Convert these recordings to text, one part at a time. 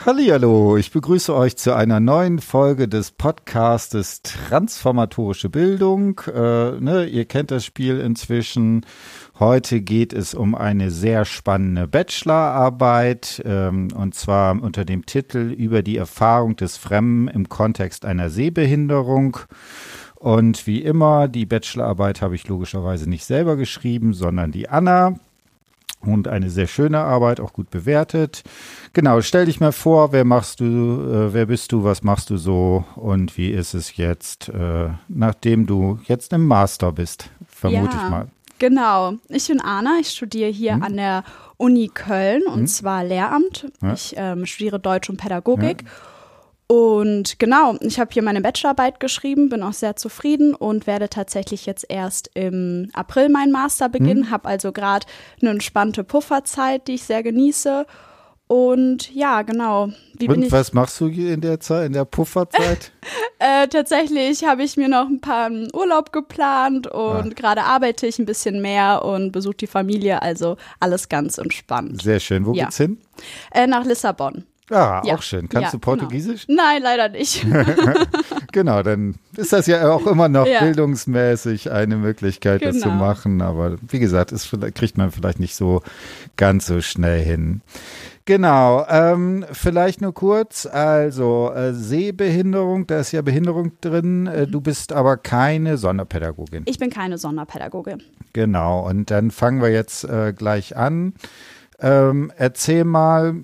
Hallihallo, ich begrüße euch zu einer neuen Folge des Podcastes Transformatorische Bildung. Ihr kennt das Spiel inzwischen. Heute geht es um eine sehr spannende Bachelorarbeit, und zwar unter dem Titel über die Erfahrung des Fremden im Kontext einer Sehbehinderung. Und wie immer, die Bachelorarbeit habe ich logischerweise nicht selber geschrieben, sondern die Anna. Und eine sehr schöne Arbeit, auch gut bewertet. Genau, stell dich mal vor, wer bist du, was machst du so und wie ist es jetzt, nachdem du jetzt im Master bist, vermute ich mal. Genau, ich bin Anna, ich studiere hier an der Uni Köln und zwar Lehramt. Ja. Ich studiere Deutsch und Pädagogik. Ja. Und genau, ich habe hier meine Bachelorarbeit geschrieben, bin auch sehr zufrieden und werde tatsächlich jetzt erst im April meinen Master beginnen, habe also gerade eine entspannte Pufferzeit, die ich sehr genieße. Und ja, genau. Was machst du in der Zeit, in der Pufferzeit? Tatsächlich habe ich mir noch ein paar Urlaub geplant und gerade arbeite ich ein bisschen mehr und besuche die Familie, also alles ganz entspannt. Sehr schön. Wo geht's hin? Nach Lissabon. Ja, auch schön. Kannst du Portugiesich? Genau. Nein, leider nicht. Genau, dann ist das ja auch immer noch bildungsmäßig eine Möglichkeit, das zu machen. Aber wie gesagt, kriegt man vielleicht nicht so ganz so schnell hin. Genau, vielleicht nur kurz, also Sehbehinderung, da ist ja Behinderung drin, du bist aber keine Sonderpädagogin. Ich bin keine Sonderpädagogin. Genau, und dann fangen wir jetzt gleich an. Erzähl mal,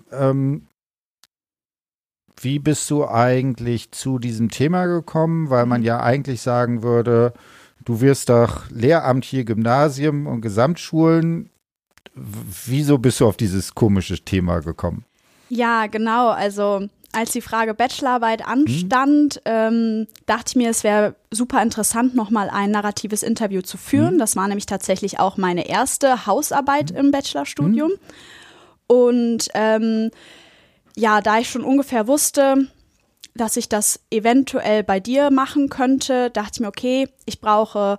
wie bist du eigentlich zu diesem Thema gekommen? Weil man ja eigentlich sagen würde, du wirst doch Lehramt hier, Gymnasium und Gesamtschulen. Wieso bist du auf dieses komische Thema gekommen? Ja, genau. Also als die Frage Bachelorarbeit anstand, dachte ich mir, es wäre super interessant, nochmal ein narratives Interview zu führen. Das war nämlich tatsächlich auch meine erste Hausarbeit im Bachelorstudium. Und da ich schon ungefähr wusste, dass ich das eventuell bei dir machen könnte, dachte ich mir, okay, ich brauche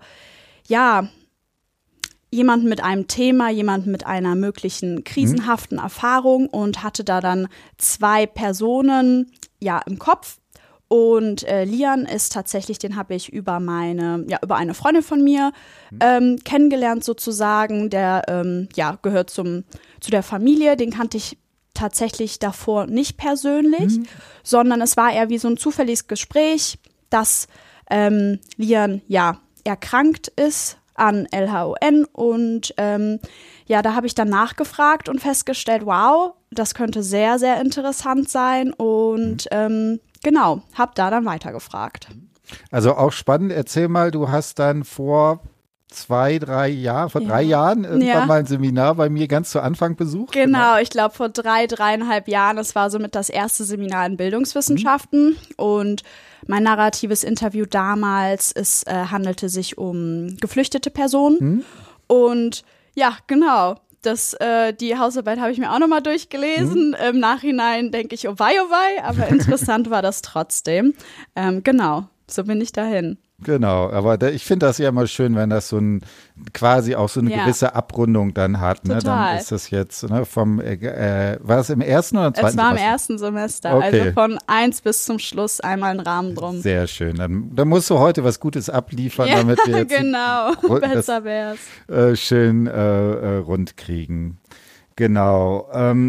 jemanden mit einem Thema, jemanden mit einer möglichen krisenhaften Erfahrung und hatte da dann 2 Personen im Kopf. Und Lian ist tatsächlich, den habe ich über eine Freundin von mir kennengelernt sozusagen. Der gehört zu der Familie, den kannte ich tatsächlich davor nicht persönlich, sondern es war eher wie so ein zufälliges Gespräch, dass Lian erkrankt ist an LHON und da habe ich dann nachgefragt und festgestellt, wow, das könnte sehr, sehr interessant sein und habe da dann weitergefragt. Also auch spannend, erzähl mal, du hast dann vor 3 Jahren irgendwann mal ein Seminar bei mir ganz zu Anfang besucht. Genau, ich glaube vor 3,5 Jahren, das war somit das erste Seminar in Bildungswissenschaften und mein narratives Interview damals, es handelte sich um geflüchtete Personen und ja, genau. Die Hausarbeit habe ich mir auch nochmal durchgelesen. Im Nachhinein denke ich, oh wei, aber interessant war das trotzdem. Genau, so bin ich dahin. Genau, aber ich finde das ja immer schön, wenn das quasi auch so eine gewisse Abrundung dann hat. Ne? Dann ist das jetzt war es im ersten oder zweiten Semester? Es war im ersten Semester, okay. Also von 1 bis zum Schluss einmal ein Rahmen drum. Sehr schön, dann musst du heute was Gutes abliefern, damit wir jetzt genau, besser wär's. Schön rund kriegen. Genau,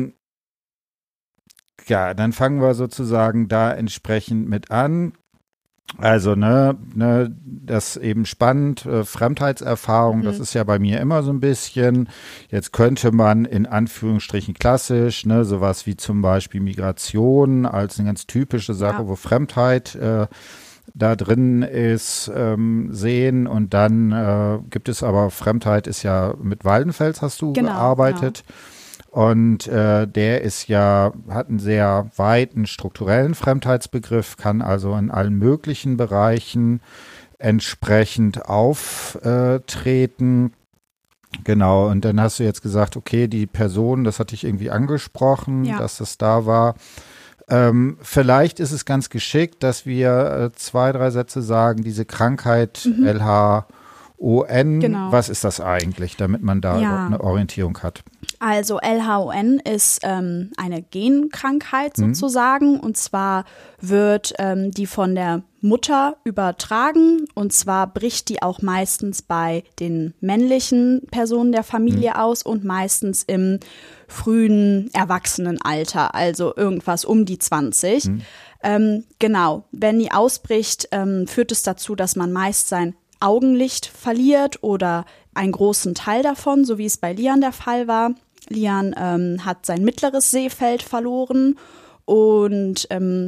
dann fangen wir sozusagen da entsprechend mit an. Also, das eben spannend, Fremdheitserfahrung, das ist ja bei mir immer so ein bisschen, jetzt könnte man in Anführungsstrichen klassisch, sowas wie zum Beispiel Migration als eine ganz typische Sache, wo Fremdheit da drin ist, sehen und dann gibt es aber, Fremdheit ist ja mit Waldenfels hast du gearbeitet. Genau. Und der hat einen sehr weiten strukturellen Fremdheitsbegriff, kann also in allen möglichen Bereichen entsprechend auftreten. Genau, und dann hast du jetzt gesagt, okay, die Person, das hatte ich irgendwie angesprochen, dass das da war. Vielleicht ist es ganz geschickt, dass wir 2, 3 Sätze sagen, diese Krankheit LHON, LHON, was ist das eigentlich, damit man da eine Orientierung hat? Also LHON ist eine Genkrankheit sozusagen, und zwar wird die von der Mutter übertragen, und zwar bricht die auch meistens bei den männlichen Personen der Familie aus und meistens im frühen Erwachsenenalter, also irgendwas um die 20. Genau, wenn die ausbricht, führt es dazu, dass man meist sein Augenlicht verliert oder einen großen Teil davon, so wie es bei Lian der Fall war. Lian hat sein mittleres Sehfeld verloren und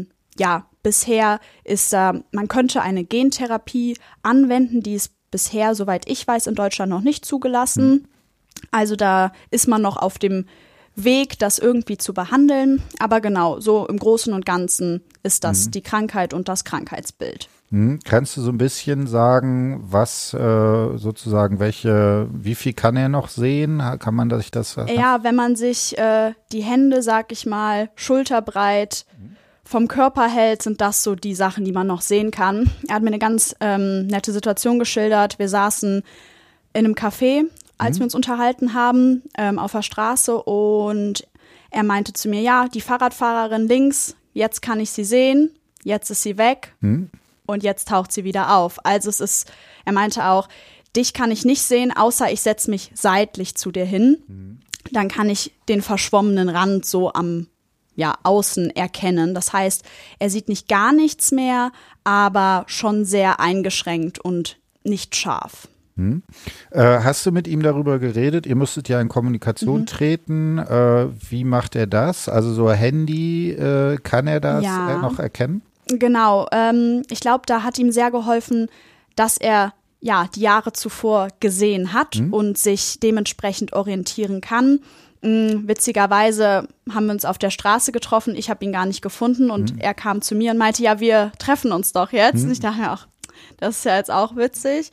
bisher ist man könnte eine Gentherapie anwenden, die ist bisher, soweit ich weiß, in Deutschland noch nicht zugelassen. Also da ist man noch auf dem Weg, das irgendwie zu behandeln. Aber genau, so im Großen und Ganzen ist das die Krankheit und das Krankheitsbild. Kannst du so ein bisschen sagen, was sozusagen wie viel kann er noch sehen? Kann man sich das? Ja, wenn man sich die Hände, sag ich mal, schulterbreit vom Körper hält, sind das so die Sachen, die man noch sehen kann. Er hat mir eine ganz nette Situation geschildert. Wir saßen in einem Café, als wir uns unterhalten haben, auf der Straße, und er meinte zu mir, ja, die Fahrradfahrerin links, jetzt kann ich sie sehen, jetzt ist sie weg. Und jetzt taucht sie wieder auf. Also er meinte auch, dich kann ich nicht sehen, außer ich setze mich seitlich zu dir hin. Dann kann ich den verschwommenen Rand so am Außen erkennen. Das heißt, er sieht nicht gar nichts mehr, aber schon sehr eingeschränkt und nicht scharf. Hast du mit ihm darüber geredet? Ihr müsstet ja in Kommunikation treten. Wie macht er das? Also so Handy, kann er das noch erkennen? Genau, ich glaube, da hat ihm sehr geholfen, dass er die Jahre zuvor gesehen hat und sich dementsprechend orientieren kann. Witzigerweise haben wir uns auf der Straße getroffen, ich habe ihn gar nicht gefunden und er kam zu mir und meinte, ja, wir treffen uns doch jetzt. Und ich dachte mir auch, das ist ja jetzt auch witzig.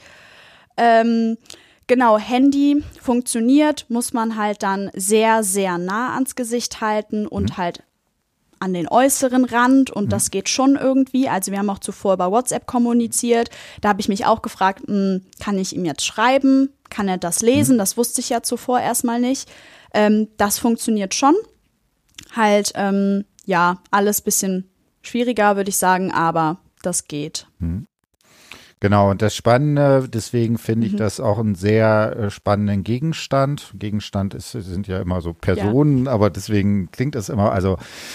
Genau, Handy funktioniert, muss man halt dann sehr, sehr nah ans Gesicht halten und halt an den äußeren Rand, und das geht schon irgendwie. Also wir haben auch zuvor über WhatsApp kommuniziert. Da habe ich mich auch gefragt, kann ich ihm jetzt schreiben? Kann er das lesen? Das wusste ich ja zuvor erstmal nicht. Das funktioniert schon. Halt, alles bisschen schwieriger, würde ich sagen, aber das geht. Genau, und das Spannende, deswegen finde ich das auch einen sehr spannenden Gegenstand. Gegenstand sind ja immer so Personen, aber deswegen klingt das immer, also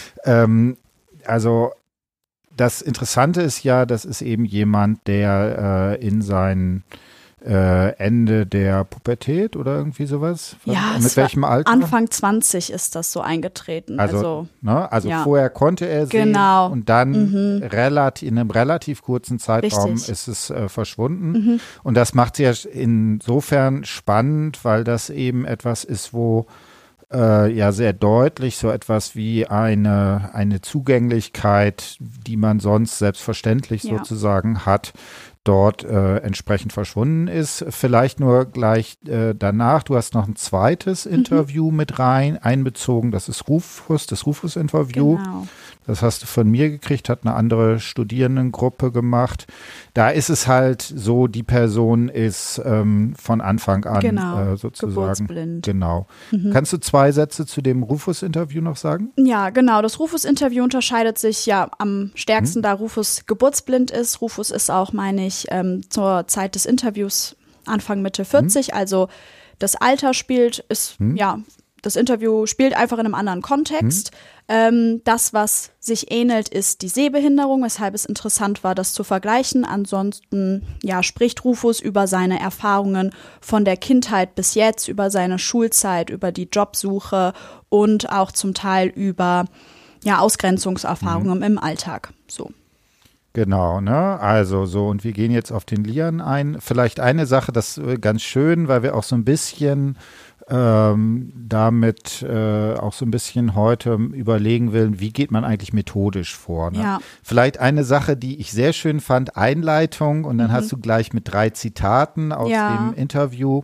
das Interessante ist ja, das ist eben jemand, der in seinen Ende der Pubertät oder irgendwie sowas? Ja, mit welchem Alter? Anfang 20 ist das so eingetreten. Also vorher konnte er sehen, genau. Und dann in einem relativ kurzen Zeitraum ist es verschwunden. Und das macht es ja insofern spannend, weil das eben etwas ist, wo sehr deutlich so etwas wie eine Zugänglichkeit, die man sonst selbstverständlich sozusagen hat, dort entsprechend verschwunden ist. Vielleicht nur gleich danach, du hast noch ein zweites Interview mit einbezogen, das ist das Rufus-Interview. Genau. Das hast du von mir gekriegt, hat eine andere Studierendengruppe gemacht. Da ist es halt so, die Person ist von Anfang an sozusagen geburtsblind. Genau. Kannst du 2 Sätze zu dem Rufus-Interview noch sagen? Ja, genau. Das Rufus-Interview unterscheidet sich am stärksten, da Rufus geburtsblind ist. Rufus ist auch, meine ich, zur Zeit des Interviews Anfang Mitte 40, also das Alter das Interview spielt einfach in einem anderen Kontext. Das, was sich ähnelt, ist die Sehbehinderung, weshalb es interessant war, das zu vergleichen. Ansonsten spricht Rufus über seine Erfahrungen von der Kindheit bis jetzt, über seine Schulzeit, über die Jobsuche und auch zum Teil über Ausgrenzungserfahrungen im Alltag. So. Genau, ne? Also so, und wir gehen jetzt auf den Lian ein. Vielleicht eine Sache, das ist ganz schön, weil wir auch so ein bisschen damit auch so ein bisschen heute überlegen will, wie geht man eigentlich methodisch vor. Ne? Ja. Vielleicht eine Sache, die ich sehr schön fand, Einleitung, und dann hast du gleich mit 3 Zitaten aus dem Interview.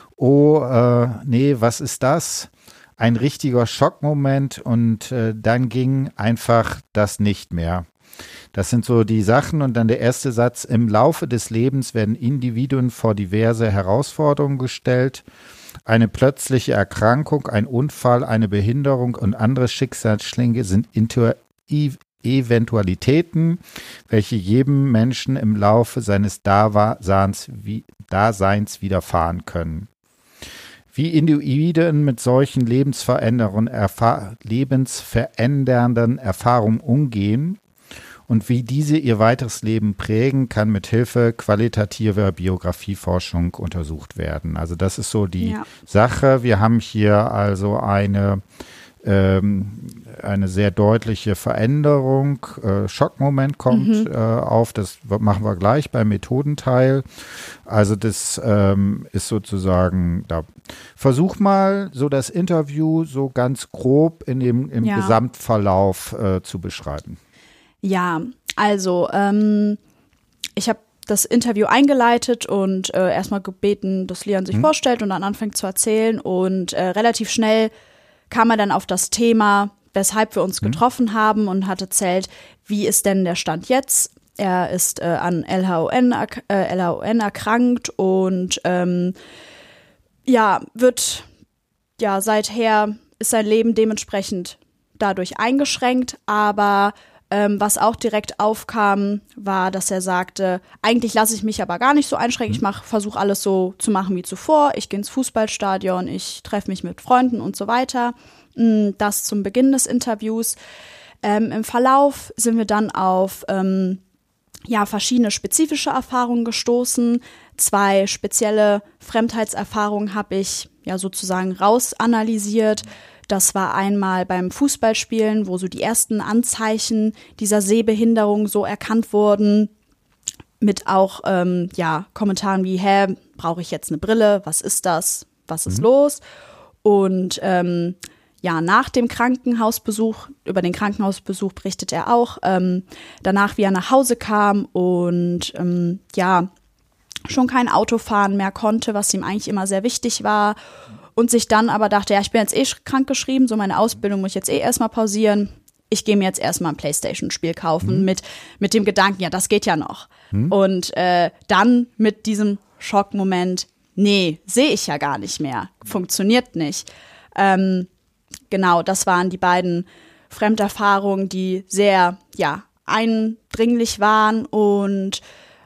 Was ist das? Ein richtiger Schockmoment, und dann ging einfach das nicht mehr. Das sind so die Sachen und dann der erste Satz: Im Laufe des Lebens werden Individuen vor diverse Herausforderungen gestellt. Eine plötzliche Erkrankung, ein Unfall, eine Behinderung und andere Schicksalsschläge sind Eventualitäten, welche jedem Menschen im Laufe seines Daseins widerfahren können. Wie Individuen mit solchen lebensverändernden Erfahrungen umgehen und wie diese ihr weiteres Leben prägen, kann mit Hilfe qualitativer Biografieforschung untersucht werden. Also das ist so die Sache. Wir haben hier also eine sehr deutliche Veränderung. Schockmoment kommt auf, das machen wir gleich beim Methodenteil. Also das ist sozusagen, da versuch mal so das Interview so ganz grob im Gesamtverlauf zu beschreiben. Ja, also ich habe das Interview eingeleitet und erstmal gebeten, dass Lian sich vorstellt und dann anfängt zu erzählen und relativ schnell kam er dann auf das Thema, weshalb wir uns getroffen haben und hat erzählt, wie ist denn der Stand jetzt? Er ist an LHON erkrankt und seither ist sein Leben dementsprechend dadurch eingeschränkt, aber was auch direkt aufkam, war, dass er sagte, eigentlich lasse ich mich aber gar nicht so einschränken, ich versuche alles so zu machen wie zuvor, ich gehe ins Fußballstadion, ich treffe mich mit Freunden und so weiter. Das zum Beginn des Interviews. Im Verlauf sind wir dann auf verschiedene spezifische Erfahrungen gestoßen. 2 spezielle Fremdheitserfahrungen habe ich ja sozusagen rausanalysiert. Das war einmal beim Fußballspielen, wo so die ersten Anzeichen dieser Sehbehinderung so erkannt wurden, mit auch Kommentaren wie, brauche ich jetzt eine Brille, was ist das, was ist los? Und nach dem Krankenhausbesuch, über den Krankenhausbesuch berichtet er auch, danach wie er nach Hause kam und schon kein Autofahren mehr konnte, was ihm eigentlich immer sehr wichtig war. Und sich dann aber dachte, ja, ich bin jetzt krankgeschrieben, so meine Ausbildung muss ich jetzt erstmal pausieren. Ich gehe mir jetzt erstmal ein PlayStation-Spiel kaufen mit dem Gedanken, ja, das geht ja noch. Und dann mit diesem Schockmoment, nee, sehe ich ja gar nicht mehr, funktioniert nicht. Genau, das waren die beiden Fremderfahrungen, die sehr, eindringlich waren und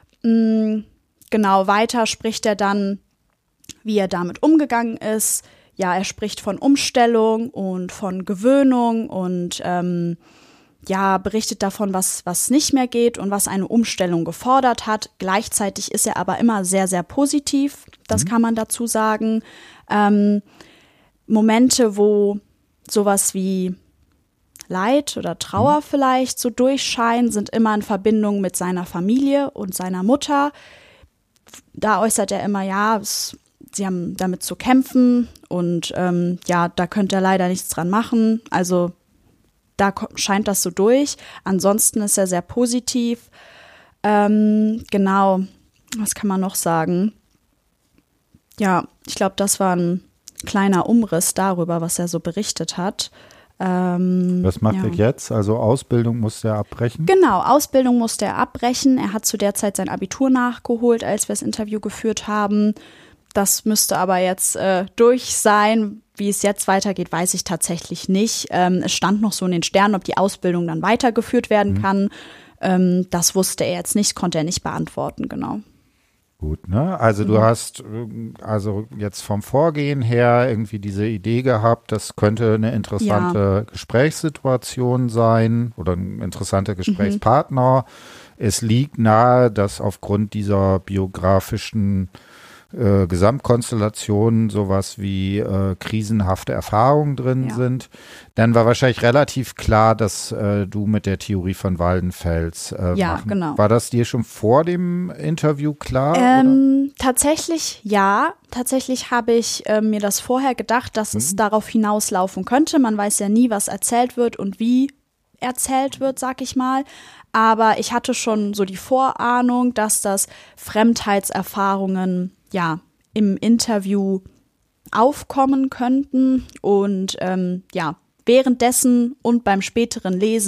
weiter spricht er dann, wie er damit umgegangen ist. Ja, er spricht von Umstellung und von Gewöhnung und berichtet davon, was nicht mehr geht und was eine Umstellung gefordert hat. Gleichzeitig ist er aber immer sehr, sehr positiv, das kann man dazu sagen. Momente, wo sowas wie Leid oder Trauer vielleicht so durchscheinen, sind immer in Verbindung mit seiner Familie und seiner Mutter. Da äußert er immer, sie haben damit zu kämpfen und da könnte er leider nichts dran machen. Also da scheint das so durch. Ansonsten ist er sehr positiv. Genau, was kann man noch sagen? Ja, ich glaube, das war ein kleiner Umriss darüber, was er so berichtet hat. Was macht er jetzt? Also Ausbildung musste er abbrechen? Genau, Ausbildung musste er abbrechen. Er hat zu der Zeit sein Abitur nachgeholt, als wir das Interview geführt haben. Das müsste aber jetzt durch sein. Wie es jetzt weitergeht, weiß ich tatsächlich nicht. Es stand noch so in den Sternen, ob die Ausbildung dann weitergeführt werden kann. Das wusste er jetzt nicht, konnte er nicht beantworten, genau. Gut, ne? Also du hast also jetzt vom Vorgehen her irgendwie diese Idee gehabt, das könnte eine interessante Gesprächssituation sein oder ein interessanter Gesprächspartner. Es liegt nahe, dass aufgrund dieser biografischen Gesamtkonstellationen sowas wie krisenhafte Erfahrungen drin sind. Dann war wahrscheinlich relativ klar, dass du mit der Theorie von Waldenfels genau. War das dir schon vor dem Interview klar? Tatsächlich ja. Tatsächlich habe ich mir das vorher gedacht, dass es darauf hinauslaufen könnte. Man weiß ja nie, was erzählt wird und wie erzählt wird, sag ich mal. Aber ich hatte schon so die Vorahnung, dass das Fremdheitserfahrungen im Interview aufkommen könnten und währenddessen und beim späteren Lesen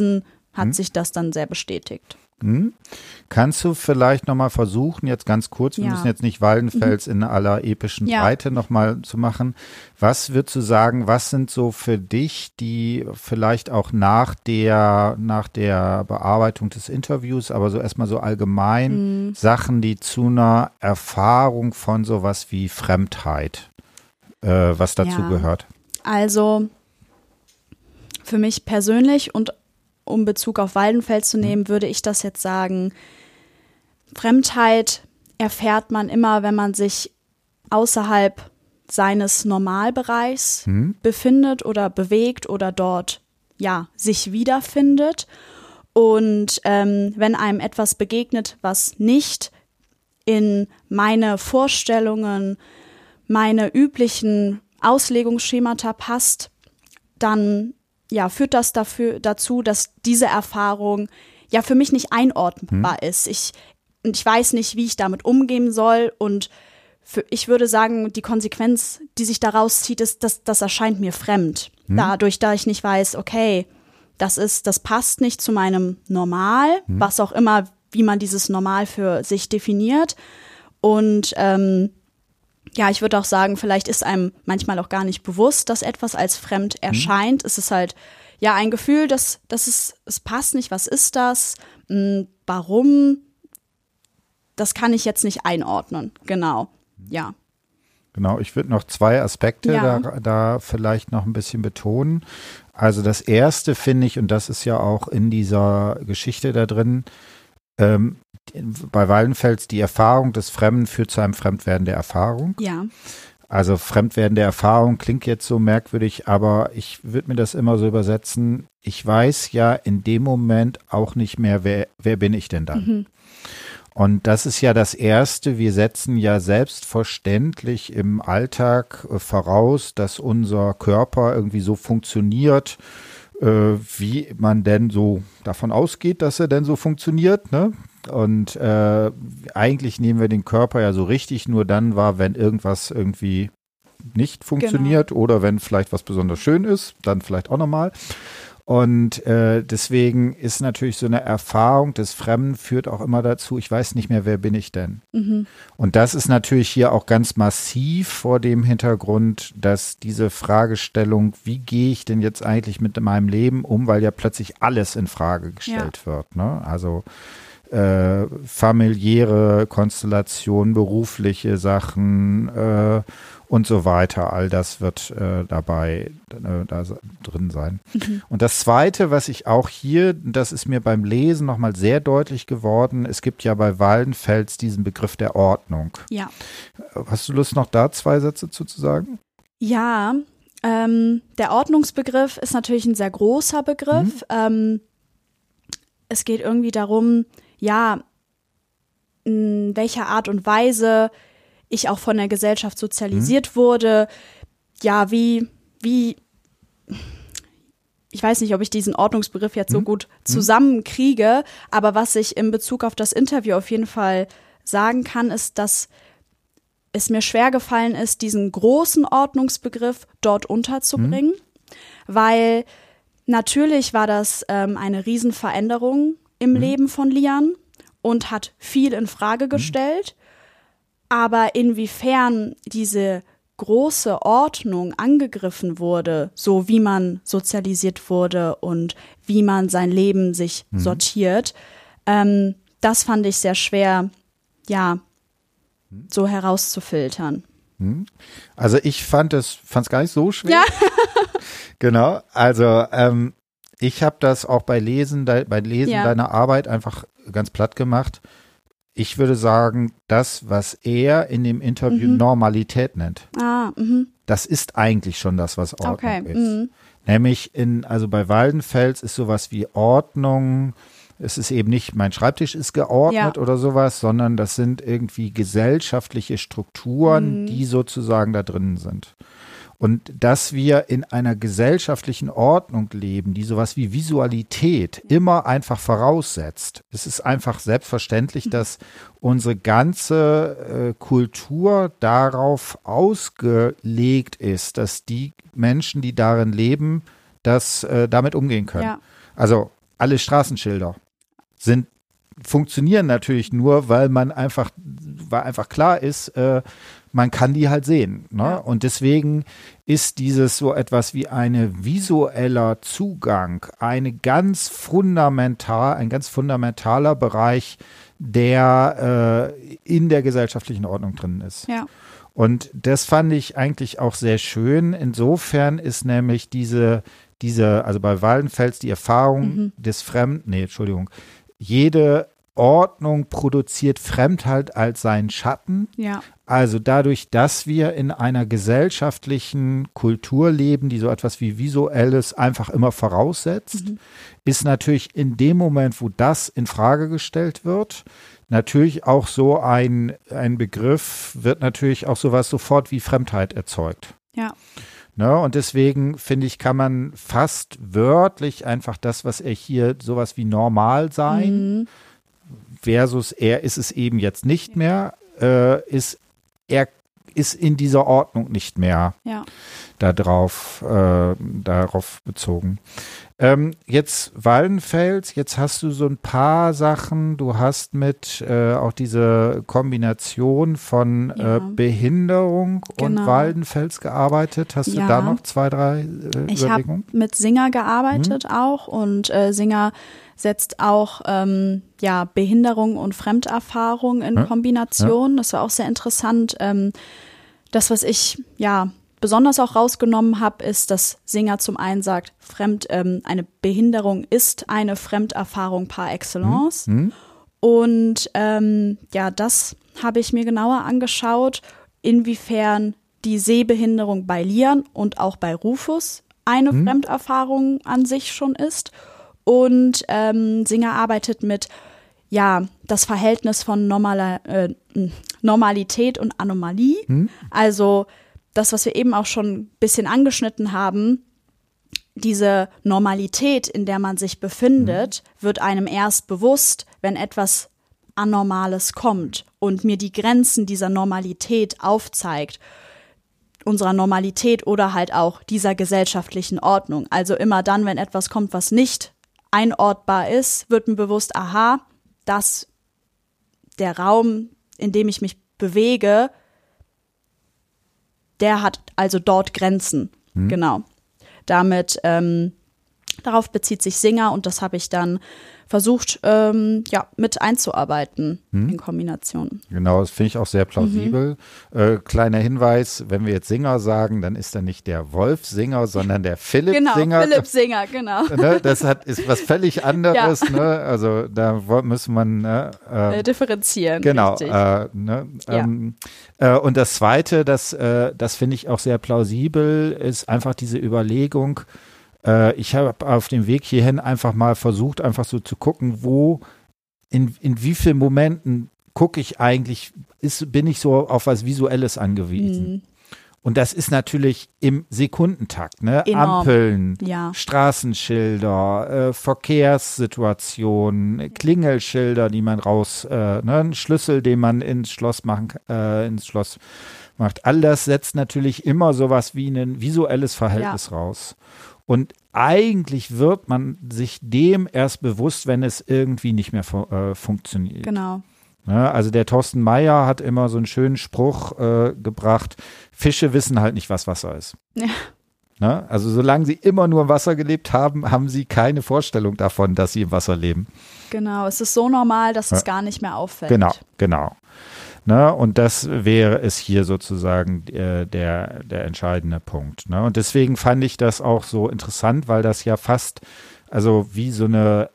hat sich das dann sehr bestätigt. Kannst du vielleicht nochmal versuchen, jetzt ganz kurz, wir müssen jetzt nicht Waldenfels in aller epischen Breite nochmal zu machen. Was würdest du sagen, was sind so für dich die vielleicht auch nach der Bearbeitung des Interviews, aber so erstmal so allgemein Sachen, die zu einer Erfahrung von sowas wie Fremdheit, was dazu gehört? Also für mich persönlich und um Bezug auf Waldenfels zu nehmen, würde ich das jetzt sagen, Fremdheit erfährt man immer, wenn man sich außerhalb seines Normalbereichs befindet oder bewegt oder dort, sich wiederfindet. Und wenn einem etwas begegnet, was nicht in meine Vorstellungen, meine üblichen Auslegungsschemata passt, dann führt das dazu, dass diese Erfahrung für mich nicht einordnbar ist. Ich weiß nicht, wie ich damit umgehen soll und ich würde sagen, die Konsequenz, die sich daraus zieht, ist, das erscheint mir fremd. Dadurch, da ich nicht weiß, okay, das passt nicht zu meinem Normal, was auch immer, wie man dieses Normal für sich definiert. Und ich würde auch sagen, vielleicht ist einem manchmal auch gar nicht bewusst, dass etwas als fremd erscheint. Es ist halt ein Gefühl, dass es passt nicht. Was ist das? Warum? Das kann ich jetzt nicht einordnen. Genau. Ja. Genau, ich würde noch 2 Aspekte da vielleicht noch ein bisschen betonen. Also das erste finde ich, und das ist ja auch in dieser Geschichte da drin, bei Waldenfels, die Erfahrung des Fremden führt zu einem Fremdwerden der Erfahrung. Ja. Also Fremdwerden der Erfahrung klingt jetzt so merkwürdig, aber ich würde mir das immer so übersetzen, ich weiß ja in dem Moment auch nicht mehr, wer bin ich denn dann? Und das ist ja das Erste, wir setzen ja selbstverständlich im Alltag voraus, dass unser Körper irgendwie so funktioniert, wie man denn so davon ausgeht, dass er denn so funktioniert, ne? Und eigentlich nehmen wir den Körper ja so richtig nur dann wahr, wenn irgendwas irgendwie nicht funktioniert oder wenn vielleicht was besonders schön ist, dann vielleicht auch nochmal. Und deswegen ist natürlich so eine Erfahrung des Fremden führt auch immer dazu, ich weiß nicht mehr, wer bin ich denn? Und das ist natürlich hier auch ganz massiv vor dem Hintergrund, dass diese Fragestellung, wie gehe ich denn jetzt eigentlich mit meinem Leben um, weil ja plötzlich alles in Frage gestellt wird, ne? Also familiäre Konstellationen, berufliche Sachen und so weiter. All das wird dabei da drin sein. Und das Zweite, was ich auch hier, das ist mir beim Lesen nochmal sehr deutlich geworden, es gibt ja bei Waldenfels diesen Begriff der Ordnung. Ja. Hast du Lust, noch da 2 Sätze zu sagen? Ja, der Ordnungsbegriff ist natürlich ein sehr großer Begriff. Es geht irgendwie darum, in welcher Art und Weise ich auch von der Gesellschaft sozialisiert wurde. Ja, wie, ich weiß nicht, ob ich diesen Ordnungsbegriff jetzt so gut zusammenkriege, aber was ich in Bezug auf das Interview auf jeden Fall sagen kann, ist, dass es mir schwer gefallen ist, diesen großen Ordnungsbegriff dort unterzubringen, weil natürlich war das eine Riesenveränderung im Leben von Lian und hat viel in Frage gestellt. Aber inwiefern diese große Ordnung angegriffen wurde, so wie man sozialisiert wurde und wie man sein Leben sich sortiert, das fand ich sehr schwer, so herauszufiltern. Also ich fand es gar nicht so schwer. Ja. Genau, also ich habe das auch beim Lesen deiner Arbeit einfach ganz platt gemacht. Ich würde sagen, das, was er in dem Interview Normalität nennt, das ist eigentlich schon das, was Ordnung ist. Nämlich also bei Waldenfels ist sowas wie Ordnung, es ist eben nicht, mein Schreibtisch ist geordnet oder sowas, sondern das sind irgendwie gesellschaftliche Strukturen, die sozusagen da drin sind. Und dass wir in einer gesellschaftlichen Ordnung leben, die sowas wie Visualität immer einfach voraussetzt. Es ist einfach selbstverständlich, dass unsere ganze Kultur darauf ausgelegt ist, dass die Menschen, die darin leben, damit umgehen können. Ja. Also alle Straßenschilder funktionieren natürlich nur, weil einfach klar ist, man kann die halt sehen. Ne? Ja. Und deswegen ist dieses so etwas wie ein visueller Zugang ein ganz fundamentaler Bereich, der in der gesellschaftlichen Ordnung drin ist. Ja. Und das fand ich eigentlich auch sehr schön. Insofern ist nämlich also bei Waldenfels die Erfahrung des jede Ordnung produziert Fremdheit als seinen Schatten. Ja. Also dadurch, dass wir in einer gesellschaftlichen Kultur leben, die so etwas wie Visuelles einfach immer voraussetzt, ist natürlich in dem Moment, wo das in Frage gestellt wird, natürlich auch so ein Begriff, wird natürlich auch sowas sofort wie Fremdheit erzeugt. Ja. Ne, und deswegen finde ich, kann man fast wörtlich einfach das, was er hier sowas wie normal sein versus er ist es eben jetzt nicht mehr, er ist in dieser Ordnung nicht mehr darauf bezogen. Jetzt Waldenfels, jetzt hast du so ein paar Sachen, du hast mit auch diese Kombination von Behinderung und Waldenfels gearbeitet. Hast du da noch 2, 3 Überlegungen? Ich habe mit Singer gearbeitet auch und Singer setzt auch Behinderung und Fremderfahrung in Kombination. Das war auch sehr interessant. Das, was ich besonders auch rausgenommen habe, ist, dass Singer zum einen sagt, eine Behinderung ist eine Fremderfahrung par excellence. Und das habe ich mir genauer angeschaut, inwiefern die Sehbehinderung bei Lian und auch bei Rufus eine Fremderfahrung an sich schon ist. Und Singer arbeitet mit das Verhältnis von Normalität und Anomalie. Also das, was wir eben auch schon ein bisschen angeschnitten haben, diese Normalität, in der man sich befindet, wird einem erst bewusst, wenn etwas Anormales kommt und mir die Grenzen dieser Normalität aufzeigt. Unserer Normalität oder halt auch dieser gesellschaftlichen Ordnung. Also immer dann, wenn etwas kommt, was nicht einordbar ist, wird mir bewusst, aha, dass der Raum, in dem ich mich bewege, der hat also dort Grenzen. Genau. Darauf bezieht sich Singer und das habe ich dann versucht, mit einzuarbeiten in Kombination. Genau, das finde ich auch sehr plausibel. Kleiner Hinweis, wenn wir jetzt Singer sagen, dann ist er nicht der Wolf Singer, sondern der Philipp Singer. Philipp Singer, genau. Das ist was völlig anderes. Ne? Also da muss man differenzieren. Genau. Richtig. Und das Zweite, das finde ich auch sehr plausibel, ist einfach diese Überlegung, ich habe auf dem Weg hierhin einfach mal versucht, einfach so zu gucken, in wie vielen Momenten gucke ich eigentlich, bin ich so auf was Visuelles angewiesen. Und das ist natürlich im Sekundentakt, ne? Enorm. Ampeln, Straßenschilder, Verkehrssituationen, Klingelschilder, die man einen Schlüssel, den man ins Schloss macht. All das setzt natürlich immer sowas wie ein visuelles Verhältnis raus. Und eigentlich wird man sich dem erst bewusst, wenn es irgendwie nicht mehr funktioniert. Genau. Ja, also der Thorsten Meyer hat immer so einen schönen Spruch gebracht, Fische wissen halt nicht, was Wasser ist. Ja. Ja, also solange sie immer nur im Wasser gelebt haben, haben sie keine Vorstellung davon, dass sie im Wasser leben. Genau, es ist so normal, dass es gar nicht mehr auffällt. Genau. Ne, und das wäre es hier sozusagen der entscheidende Punkt. Ne? Und deswegen fand ich das auch so interessant, weil das ja fast also wie so eine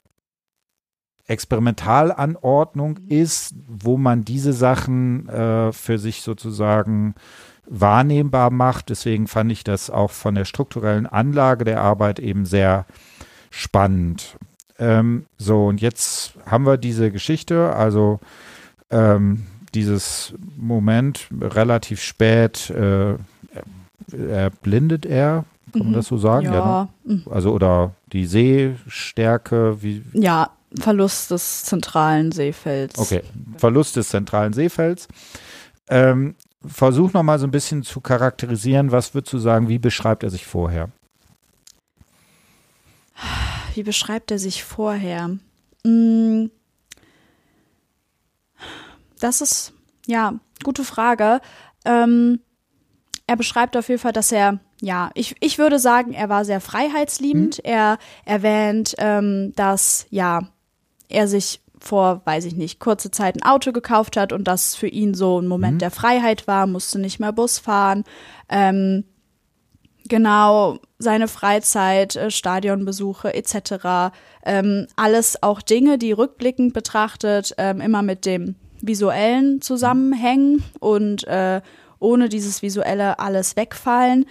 Experimentalanordnung ist, wo man diese Sachen für sich sozusagen wahrnehmbar macht. Deswegen fand ich das auch von der strukturellen Anlage der Arbeit eben sehr spannend. Und jetzt haben wir diese Geschichte, also dieses Moment relativ spät blindet er, kann man das so sagen? Ja. Ne? Also oder die Sehstärke, Ja, Verlust des zentralen Sehfelds. Okay, Verlust des zentralen Sehfelds. Versuch nochmal so ein bisschen zu charakterisieren, was würdest du sagen, wie beschreibt er sich vorher? Wie beschreibt er sich vorher? Das ist, ja, gute Frage. Er beschreibt auf jeden Fall, dass er, ja, ich würde sagen, er war sehr freiheitsliebend. Er erwähnt, dass, ja, er sich vor, weiß ich nicht, kurze Zeit ein Auto gekauft hat und das für ihn so ein Moment der Freiheit war, musste nicht mehr Bus fahren. Genau, seine Freizeit, Stadionbesuche etc. Alles auch Dinge, die rückblickend betrachtet immer mit dem Visuellen zusammenhängen und ohne dieses Visuelle alles wegfallen.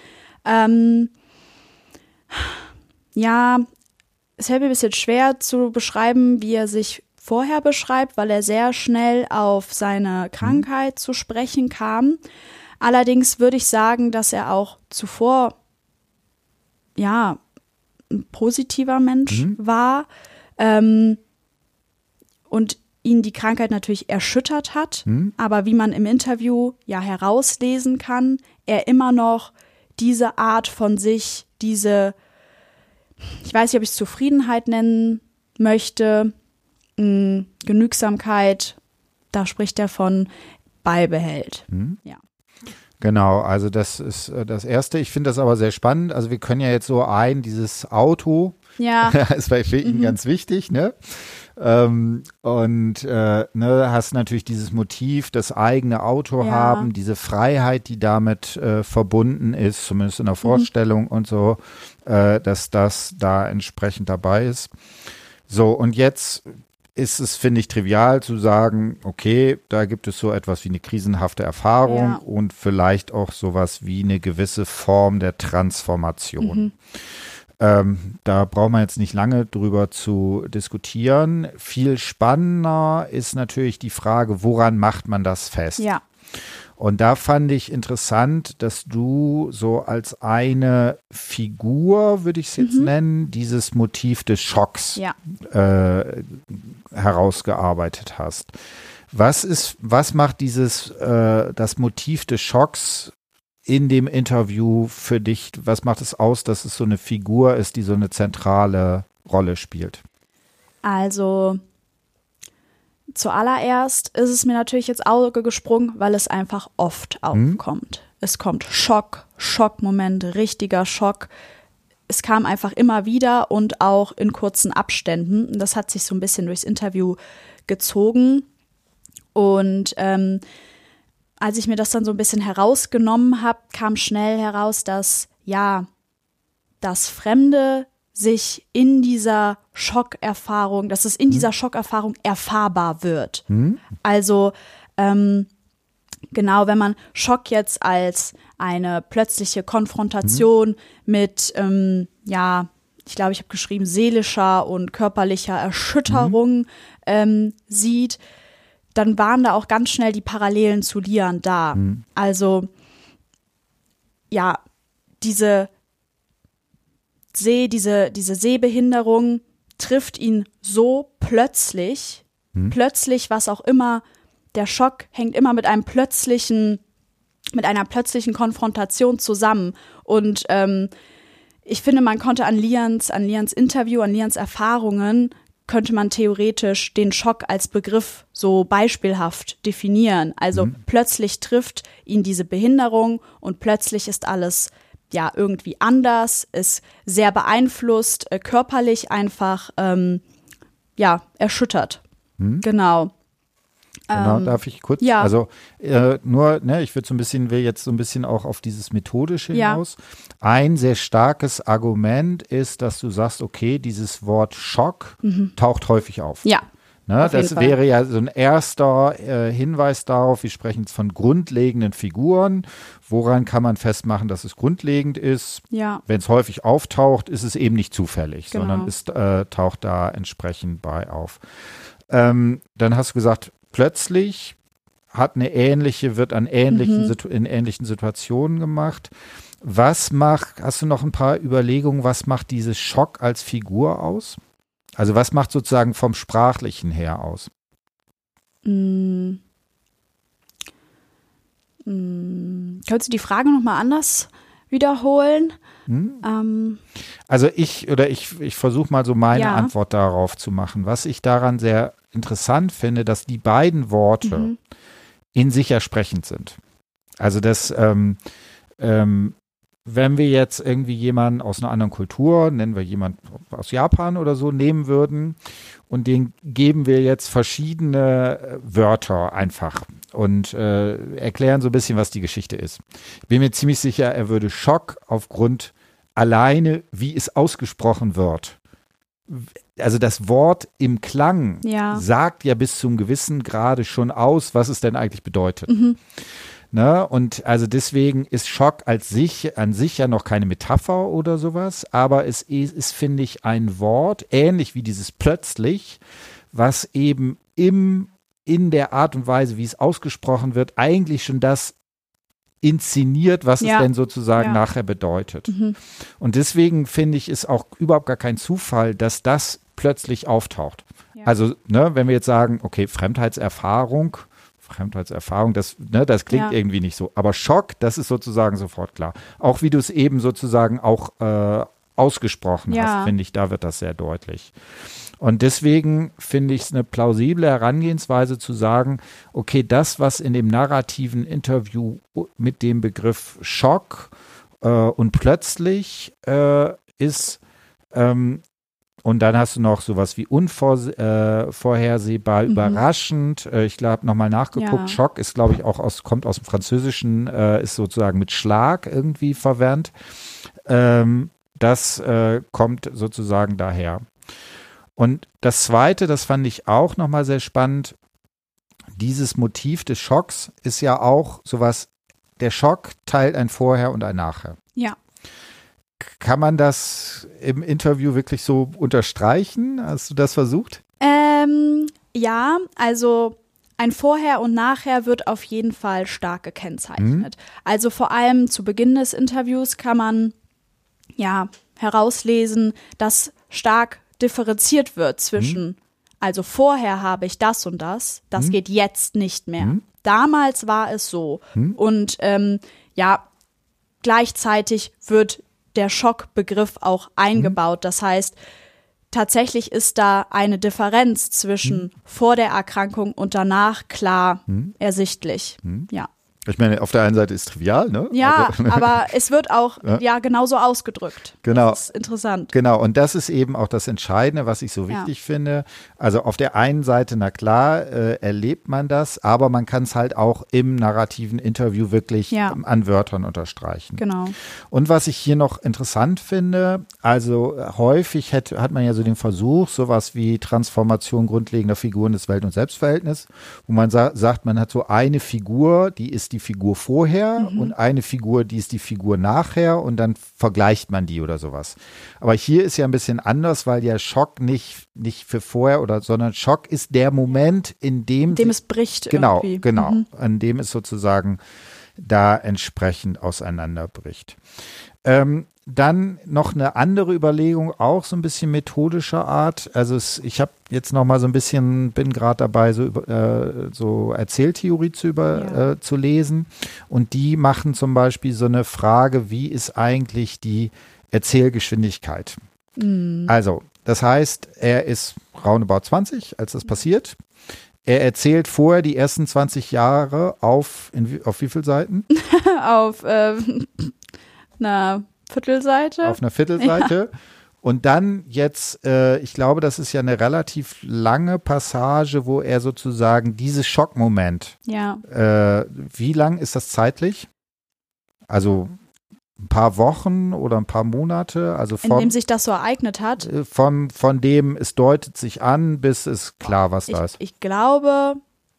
Ja, es fällt mir ein bisschen schwer zu beschreiben, wie er sich vorher beschreibt, weil er sehr schnell auf seine Krankheit zu sprechen kam. Allerdings würde ich sagen, dass er auch zuvor ja ein positiver Mensch war und ihn die Krankheit natürlich erschüttert hat, aber wie man im Interview ja herauslesen kann, er immer noch diese Art von sich, diese, ich weiß nicht, ob ich es Zufriedenheit nennen möchte, Genügsamkeit, da spricht er von, beibehält. Ja. Genau, also das ist das Erste. Ich finde das aber sehr spannend. Also wir können ja jetzt so dieses Auto, Ja. ist für ihn ganz wichtig, ne? Hast natürlich dieses Motiv, das eigene Auto haben, diese Freiheit, die damit verbunden ist, zumindest in der Vorstellung und so, dass das da entsprechend dabei ist. So, und jetzt ist es, finde ich, trivial zu sagen, okay, da gibt es so etwas wie eine krisenhafte Erfahrung und vielleicht auch sowas wie eine gewisse Form der Transformation. Da braucht man jetzt nicht lange drüber zu diskutieren. Viel spannender ist natürlich die Frage, woran macht man das fest? Ja. Und da fand ich interessant, dass du so als eine Figur, würde ich es jetzt nennen, dieses Motiv des Schocks herausgearbeitet hast. Was macht das Motiv des Schocks in dem Interview für dich? Was macht es aus, dass es so eine Figur ist, die so eine zentrale Rolle spielt? Also zuallererst ist es mir natürlich ins Auge gesprungen, weil es einfach oft aufkommt. Es kommt Schockmoment, richtiger Schock. Es kam einfach immer wieder und auch in kurzen Abständen. Das hat sich so ein bisschen durchs Interview gezogen. Und als ich mir das dann so ein bisschen herausgenommen habe, kam schnell heraus, dass das Fremde sich in dieser Schockerfahrung, dass es in dieser Schockerfahrung erfahrbar wird. Also genau, wenn man Schock jetzt als eine plötzliche Konfrontation mit, ich glaube, ich habe geschrieben, seelischer und körperlicher Erschütterung sieht, dann waren da auch ganz schnell die Parallelen zu Lian da. Also ja, diese Sehbehinderung trifft ihn so plötzlich, was auch immer, der Schock hängt immer mit einer plötzlichen Konfrontation zusammen. Und ich finde, man konnte an Lians Interview, an Lians Erfahrungen, könnte man theoretisch den Schock als Begriff so beispielhaft definieren. Also plötzlich trifft ihn diese Behinderung und plötzlich ist alles irgendwie anders, ist sehr beeinflusst, körperlich einfach, erschüttert. Genau. Genau, darf ich kurz? Ja. Also ich will jetzt so ein bisschen auch auf dieses Methodische hinaus. Ein sehr starkes Argument ist, dass du sagst, okay, dieses Wort Schock taucht häufig auf. Ja. Ne, das wäre ja so ein erster Hinweis darauf, wir sprechen jetzt von grundlegenden Figuren. Woran kann man festmachen, dass es grundlegend ist? Ja. Wenn es häufig auftaucht, ist es eben nicht zufällig, Genau. sondern taucht da entsprechend bei auf. Dann hast du gesagt, plötzlich wird in ähnlichen Situationen gemacht. Hast du noch ein paar Überlegungen, was macht dieses Schock als Figur aus? Also was macht sozusagen vom Sprachlichen her aus? Könntest du die Frage nochmal anders wiederholen. Also ich versuche mal so meine Antwort darauf zu machen. Was ich daran sehr interessant finde, dass die beiden Worte in sich ja sprechend sind. Also das, wenn wir jetzt irgendwie jemanden aus einer anderen Kultur, nennen wir jemanden aus Japan oder so, nehmen würden und den geben wir jetzt verschiedene Wörter einfach und erklären so ein bisschen, was die Geschichte ist. Ich bin mir ziemlich sicher, er würde Schock aufgrund alleine, wie es ausgesprochen wird. Also das Wort im Klang sagt ja bis zum gewissen Grade schon aus, was es denn eigentlich bedeutet. Ne? Und also deswegen ist Schock an sich ja noch keine Metapher oder sowas, aber es ist, finde ich, ein Wort, ähnlich wie dieses plötzlich, was eben in der Art und Weise, wie es ausgesprochen wird, eigentlich schon das inszeniert, was es denn sozusagen nachher bedeutet. Und deswegen finde ich, ist auch überhaupt gar kein Zufall, dass das plötzlich auftaucht. Ja. Also, ne, wenn wir jetzt sagen, okay, Fremdheitserfahrung, das klingt irgendwie nicht so. Aber Schock, das ist sozusagen sofort klar. Auch wie du es eben sozusagen auch ausgesprochen hast, finde ich, da wird das sehr deutlich. Und deswegen finde ich es eine plausible Herangehensweise zu sagen, okay, das, was in dem narrativen Interview mit dem Begriff Schock und plötzlich ist, und dann hast du noch sowas wie unvorhersehbar, überraschend. Ich glaube, nochmal nachgeguckt. Schock ist, glaube ich, kommt aus dem Französischen, ist sozusagen mit Schlag irgendwie verwandt. Das kommt sozusagen daher. Und das Zweite, das fand ich auch nochmal sehr spannend. Dieses Motiv des Schocks ist ja auch sowas, der Schock teilt ein Vorher und ein Nachher. Ja. Kann man das im Interview wirklich so unterstreichen? Hast du das versucht? Ja, also ein Vorher und Nachher wird auf jeden Fall stark gekennzeichnet. Also vor allem zu Beginn des Interviews kann man herauslesen, dass stark differenziert wird zwischen, also vorher habe ich das und das geht jetzt nicht mehr. Damals war es so. Und gleichzeitig wird der Schockbegriff auch eingebaut. Das heißt, tatsächlich ist da eine Differenz zwischen vor der Erkrankung und danach klar ersichtlich. Ja. Ich meine, auf der einen Seite ist trivial, ne? Ja, also, aber es wird auch genauso ausgedrückt. Genau. Das ist interessant. Genau, und das ist eben auch das Entscheidende, was ich so wichtig finde. Also auf der einen Seite, na klar, erlebt man das, aber man kann es halt auch im narrativen Interview wirklich an Wörtern unterstreichen. Genau. Und was ich hier noch interessant finde, also häufig hat man ja so den Versuch, sowas wie Transformation grundlegender Figuren des Welt- und Selbstverhältnisses, wo man sagt, man hat so eine Figur, die ist die Figur vorher und eine Figur, die ist die Figur nachher und dann vergleicht man die oder sowas. Aber hier ist ja ein bisschen anders, weil ja Schock nicht für vorher sondern Schock ist der Moment, in dem es bricht irgendwie. Genau, an dem es sozusagen da entsprechend auseinanderbricht. Dann noch eine andere Überlegung, auch so ein bisschen methodischer Art. Also ich habe jetzt noch mal so ein bisschen, bin gerade dabei, so Erzähltheorie zu lesen. Und die machen zum Beispiel so eine Frage, wie ist eigentlich die Erzählgeschwindigkeit? Also, das heißt, er ist roundabout 20, als das passiert. Er erzählt vorher die ersten 20 Jahre auf wie viel Seiten? Auf einer Viertelseite. Auf einer Viertelseite. Ja. Und dann jetzt, ich glaube, das ist ja eine relativ lange Passage, wo er sozusagen dieses Schockmoment, wie lang ist das zeitlich? Also ein paar Wochen oder ein paar Monate? Also in dem sich das so ereignet hat? Von dem es deutet sich an, bis es klar, was da ist. Ich glaube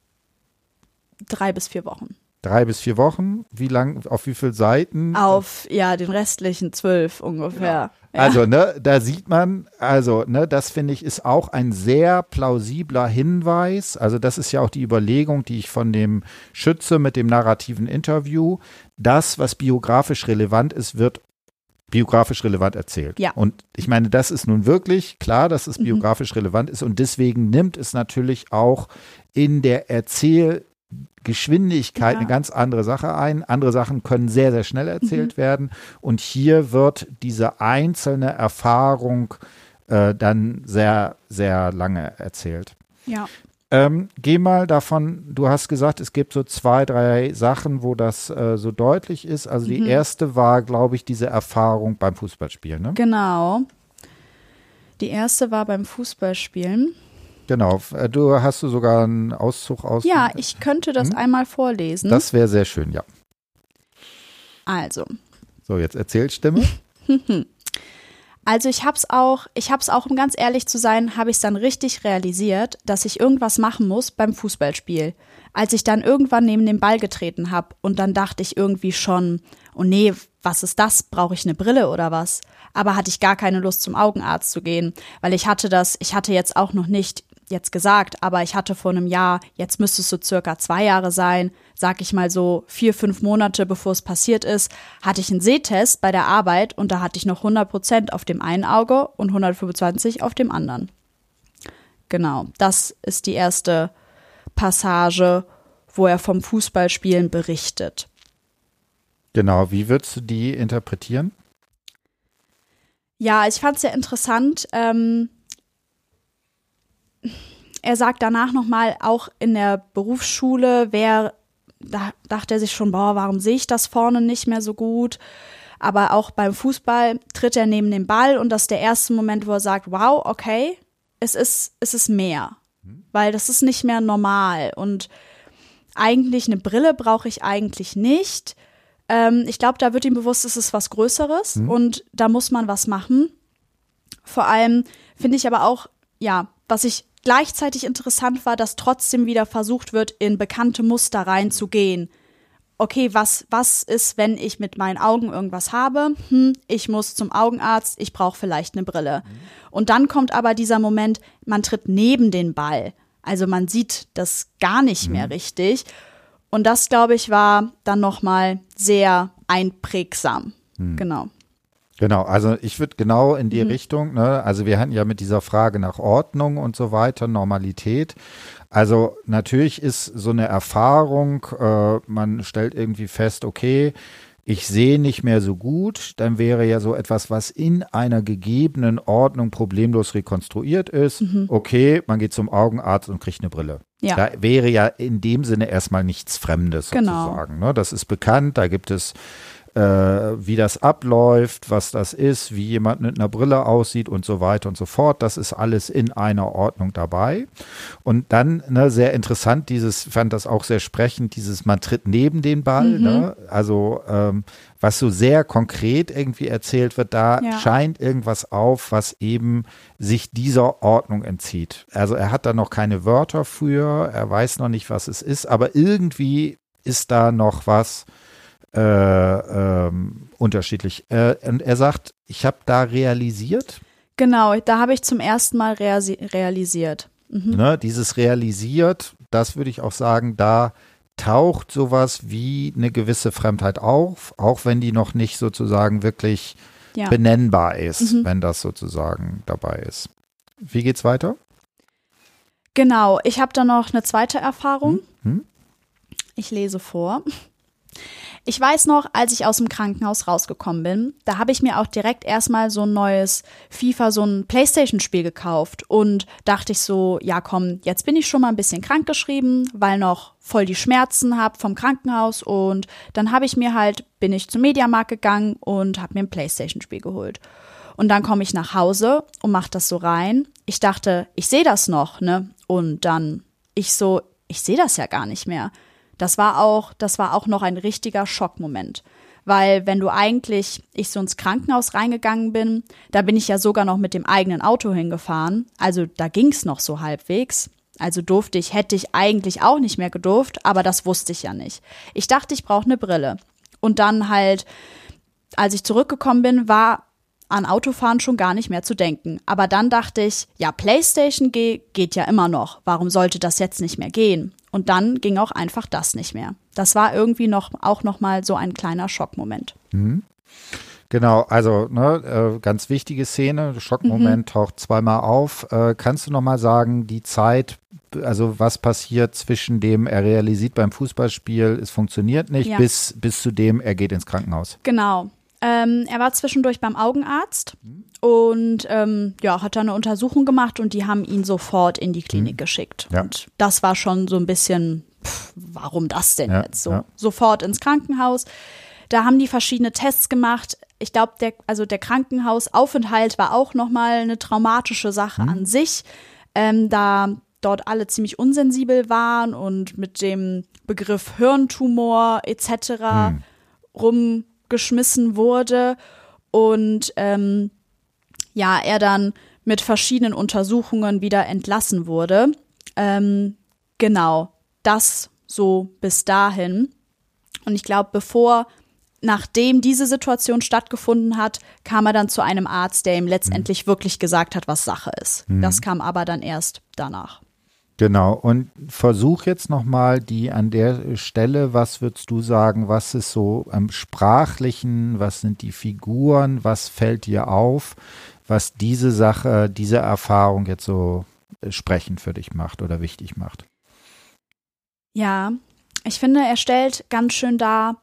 3 bis 4 Wochen. 3 bis 4 Wochen? Wie lang, auf wie viele Seiten? Auf, den restlichen 12 ungefähr. Ja. Also, da sieht man, das finde ich ist auch ein sehr plausibler Hinweis. Also, das ist ja auch die Überlegung, die ich von dem Schütze mit dem narrativen Interview. Das, was biografisch relevant ist, wird biografisch relevant erzählt. Ja. Und ich meine, das ist nun wirklich klar, dass es biografisch relevant ist und deswegen nimmt es natürlich auch in der Geschwindigkeit eine ganz andere Sache ein. Andere Sachen können sehr, sehr schnell erzählt werden. Und hier wird diese einzelne Erfahrung dann sehr, sehr lange erzählt. Ja. Geh mal davon, du hast gesagt, es gibt so 2, 3 Sachen, wo das so deutlich ist. Also die erste war, glaube ich, diese Erfahrung beim Fußballspielen, ne? Genau. Die erste war beim Fußballspielen. Genau, du hast sogar einen Auszug aus. Ja, ich könnte das einmal vorlesen. Das wäre sehr schön, ja. Also. So, jetzt Erzählstimme. Also ich hab's auch, um ganz ehrlich zu sein, habe ich es dann richtig realisiert, dass ich irgendwas machen muss beim Fußballspiel. Als ich dann irgendwann neben den Ball getreten habe und dann dachte ich irgendwie schon, oh nee, was ist das? Brauche ich eine Brille oder was? Aber hatte ich gar keine Lust zum Augenarzt zu gehen, weil ich hatte jetzt auch noch nicht jetzt gesagt, aber ich hatte vor einem Jahr, jetzt müsste es so circa 2 Jahre sein, sag ich mal so 4, 5 Monate bevor es passiert ist, hatte ich einen Sehtest bei der Arbeit und da hatte ich noch 100% auf dem einen Auge und 125 auf dem anderen. Genau, das ist die erste Passage, wo er vom Fußballspielen berichtet. Genau, wie würdest du die interpretieren? Ja, ich fand es sehr interessant. Er sagt danach nochmal, auch in der Berufsschule, da dachte er sich schon, warum sehe ich das vorne nicht mehr so gut? Aber auch beim Fußball tritt er neben den Ball und das ist der erste Moment, wo er sagt, wow, okay, es ist mehr, weil das ist nicht mehr normal und eigentlich eine Brille brauche ich eigentlich nicht. Ich glaube, da wird ihm bewusst, es ist was Größeres und da muss man was machen. Vor allem finde ich aber auch, ja, was ich gleichzeitig interessant war, dass trotzdem wieder versucht wird, in bekannte Muster reinzugehen. Okay, was ist, wenn ich mit meinen Augen irgendwas habe? Ich muss zum Augenarzt, ich brauche vielleicht eine Brille. Und dann kommt aber dieser Moment, man tritt neben den Ball. Also man sieht das gar nicht mehr richtig. Und das, glaube ich, war dann nochmal sehr einprägsam. Genau. Genau, also ich würde genau in die Richtung, ne, also wir hatten ja mit dieser Frage nach Ordnung und so weiter, Normalität. Also natürlich ist so eine Erfahrung, man stellt irgendwie fest, okay, ich sehe nicht mehr so gut, dann wäre ja so etwas, was in einer gegebenen Ordnung problemlos rekonstruiert ist. Okay, man geht zum Augenarzt und kriegt eine Brille. Ja. Da wäre ja in dem Sinne erstmal nichts Fremdes sozusagen. Ne? Das ist bekannt, da gibt es wie das abläuft, was das ist, wie jemand mit einer Brille aussieht und so weiter und so fort. Das ist alles in einer Ordnung dabei. Und dann, ne, sehr interessant, fand das auch sehr sprechend, man tritt neben den Ball, ne? Also was so sehr konkret irgendwie erzählt wird, da scheint irgendwas auf, was eben sich dieser Ordnung entzieht. Also er hat da noch keine Wörter für, er weiß noch nicht, was es ist, aber irgendwie ist da noch was unterschiedlich. Und er sagt, ich habe da realisiert. Genau, da habe ich zum ersten Mal realisiert. Ne, dieses realisiert, das würde ich auch sagen, da taucht sowas wie eine gewisse Fremdheit auf, auch wenn die noch nicht sozusagen wirklich benennbar ist, wenn das sozusagen dabei ist. Wie geht's weiter? Genau, ich habe da noch eine zweite Erfahrung. Ich lese vor. Ich weiß noch, als ich aus dem Krankenhaus rausgekommen bin, da habe ich mir auch direkt erstmal so ein neues FIFA, so ein PlayStation-Spiel gekauft und dachte ich so, ja komm, jetzt bin ich schon mal ein bisschen krankgeschrieben, weil noch voll die Schmerzen habe vom Krankenhaus und dann bin ich zum Mediamarkt gegangen und habe mir ein PlayStation-Spiel geholt. Und dann komme ich nach Hause und mache das so rein. Ich dachte, ich sehe das noch, ne? Und dann ich sehe das ja gar nicht mehr. Das war auch noch ein richtiger Schockmoment. Weil wenn ich so ins Krankenhaus reingegangen bin, da bin ich ja sogar noch mit dem eigenen Auto hingefahren. Also da ging's noch so halbwegs. Also hätte ich eigentlich auch nicht mehr gedurft, aber das wusste ich ja nicht. Ich dachte, ich brauche eine Brille. Und dann halt, als ich zurückgekommen bin, war an Autofahren schon gar nicht mehr zu denken. Aber dann dachte ich, ja, PlayStation geht ja immer noch. Warum sollte das jetzt nicht mehr gehen? Und dann ging auch einfach das nicht mehr. Das war irgendwie auch noch mal so ein kleiner Schockmoment. Genau, also ganz wichtige Szene, Schockmoment taucht zweimal auf. Kannst du noch mal sagen, die Zeit, also was passiert zwischen dem, er realisiert beim Fußballspiel, es funktioniert nicht, bis zu dem, er geht ins Krankenhaus. Genau. Er war zwischendurch beim Augenarzt und hat da eine Untersuchung gemacht und die haben ihn sofort in die Klinik geschickt. Ja. Und das war schon so ein bisschen, warum das denn jetzt so? Ja. Sofort ins Krankenhaus. Da haben die verschiedene Tests gemacht. Ich glaube, der Krankenhausaufenthalt war auch nochmal eine traumatische Sache an sich, da dort alle ziemlich unsensibel waren und mit dem Begriff Hirntumor etc. rumgeschmissen wurde und er dann mit verschiedenen Untersuchungen wieder entlassen wurde. Genau, das so bis dahin. Und ich glaube, nachdem diese Situation stattgefunden hat, kam er dann zu einem Arzt, der ihm letztendlich wirklich gesagt hat, was Sache ist. Das kam aber dann erst danach. Genau, und versuch jetzt nochmal an der Stelle, was würdest du sagen, was ist so am Sprachlichen, was sind die Figuren, was fällt dir auf, was diese Erfahrung jetzt so sprechend für dich macht oder wichtig macht? Ja, ich finde, er stellt ganz schön dar,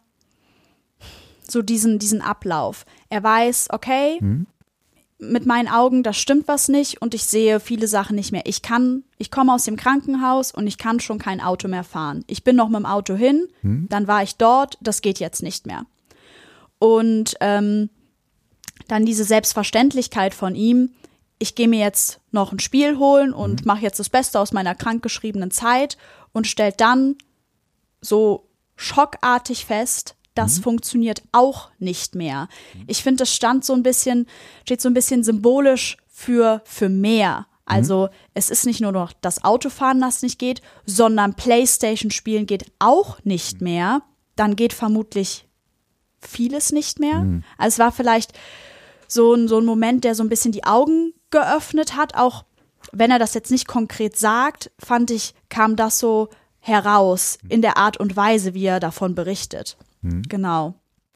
so diesen Ablauf. Er weiß, okay, mit meinen Augen, da stimmt was nicht und ich sehe viele Sachen nicht mehr. Ich komme aus dem Krankenhaus und ich kann schon kein Auto mehr fahren. Ich bin noch mit dem Auto hin, dann war ich dort, das geht jetzt nicht mehr. Und dann diese Selbstverständlichkeit von ihm, ich gehe mir jetzt noch ein Spiel holen und mache jetzt das Beste aus meiner krankgeschriebenen Zeit und stellt dann so schockartig fest, das funktioniert auch nicht mehr. Ich finde, das steht so ein bisschen symbolisch für mehr. Also es ist nicht nur noch das Autofahren, das nicht geht, sondern Playstation spielen geht auch nicht mehr. Dann geht vermutlich vieles nicht mehr. Also es war vielleicht so ein Moment, der so ein bisschen die Augen geöffnet hat. Auch wenn er das jetzt nicht konkret sagt, fand ich, kam das so heraus in der Art und Weise, wie er davon berichtet. Genau.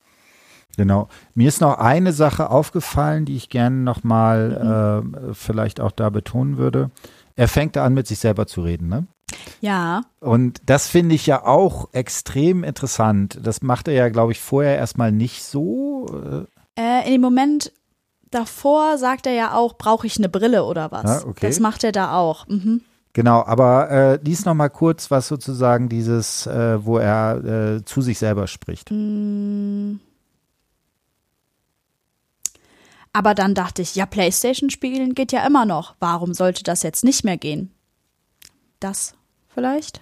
Mir ist noch eine Sache aufgefallen, die ich gerne nochmal vielleicht auch da betonen würde. Er fängt da an, mit sich selber zu reden, ne? Ja. Und das finde ich ja auch extrem interessant. Das macht er ja, glaube ich, vorher erstmal nicht so. In dem Moment davor sagt er ja auch, brauche ich eine Brille oder was? Ja, okay. Das macht er da auch. Genau, aber lies noch mal kurz, was sozusagen dieses, wo er zu sich selber spricht. Aber dann dachte ich, ja, Playstation spielen geht ja immer noch. Warum sollte das jetzt nicht mehr gehen? Das vielleicht?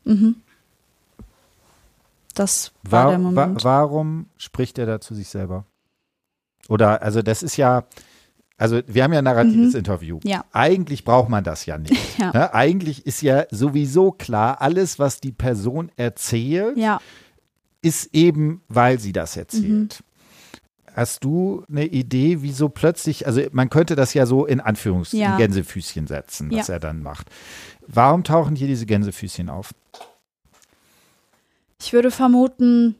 Das war der Moment. Warum spricht er da zu sich selber? Oder, also das ist ja, also wir haben ja ein narratives Interview. Ja. Eigentlich braucht man das ja nicht. Ja. Ne? Eigentlich ist ja sowieso klar, alles, was die Person erzählt, ist eben, weil sie das erzählt. Hast du eine Idee, wieso plötzlich, also man könnte das ja so in Gänsefüßchen setzen, was er dann macht. Warum tauchen hier diese Gänsefüßchen auf? Ich würde vermuten,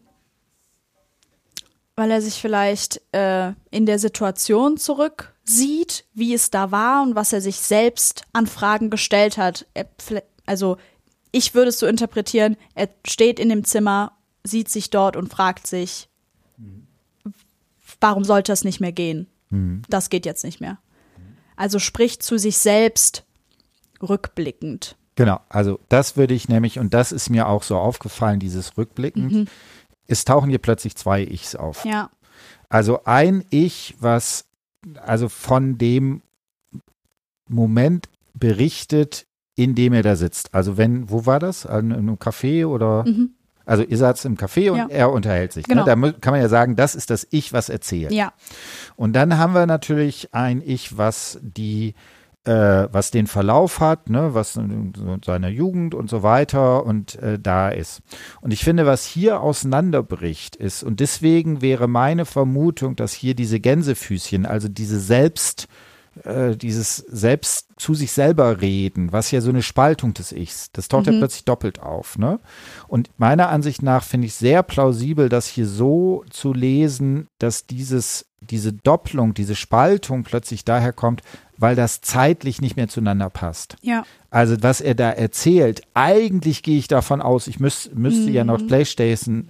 weil er sich vielleicht in der Situation zurücksieht, wie es da war und was er sich selbst an Fragen gestellt hat. Also ich würde es so interpretieren, er steht in dem Zimmer, sieht sich dort und fragt sich, warum sollte es nicht mehr gehen? Das geht jetzt nicht mehr. Also spricht zu sich selbst rückblickend. Genau, also das würde ich nämlich, und das ist mir auch so aufgefallen, dieses Rückblickend, es tauchen hier plötzlich zwei Ichs auf. Ja. Also ein Ich, was also von dem Moment berichtet, in dem er da sitzt. Also wo war das? In einem Café oder? Also ihr seid im Café und er unterhält sich. Genau. Ne? Da kann man ja sagen, das ist das Ich, was erzählt. Ja. Und dann haben wir natürlich ein Ich, was den Verlauf hat, ne, was seiner Jugend und so weiter und da ist. Und ich finde, was hier auseinanderbricht ist, und deswegen wäre meine Vermutung, dass hier diese Gänsefüßchen, also dieses Selbst zu sich selber reden, was ja so eine Spaltung des Ichs, das taucht ja plötzlich doppelt auf, ne? Und meiner Ansicht nach finde ich sehr plausibel, das hier so zu lesen, dass diese Doppelung, diese Spaltung plötzlich daher kommt, weil das zeitlich nicht mehr zueinander passt. Ja. Also was er da erzählt, eigentlich gehe ich davon aus, ich müsste ja noch Playstation,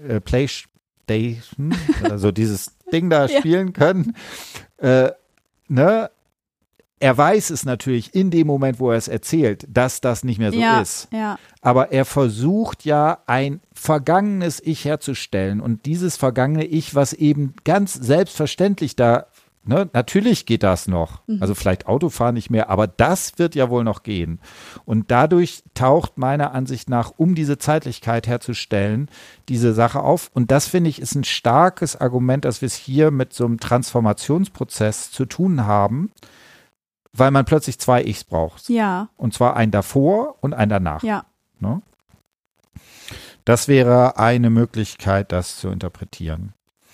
also dieses Ding da spielen können. Ne? Er weiß es natürlich in dem Moment, wo er es erzählt, dass das nicht mehr so ist. Ja. Aber er versucht ja ein vergangenes Ich herzustellen und dieses vergangene Ich, was eben ganz selbstverständlich da, ne, natürlich geht das noch. Also vielleicht Autofahren nicht mehr, aber das wird ja wohl noch gehen. Und dadurch taucht meiner Ansicht nach, um diese Zeitlichkeit herzustellen, diese Sache auf. Und das, finde ich, ist ein starkes Argument, dass wir es hier mit so einem Transformationsprozess zu tun haben, weil man plötzlich zwei Ichs braucht. Ja. Und zwar ein davor und ein danach. Ja. Ne? Das wäre eine Möglichkeit, das zu interpretieren.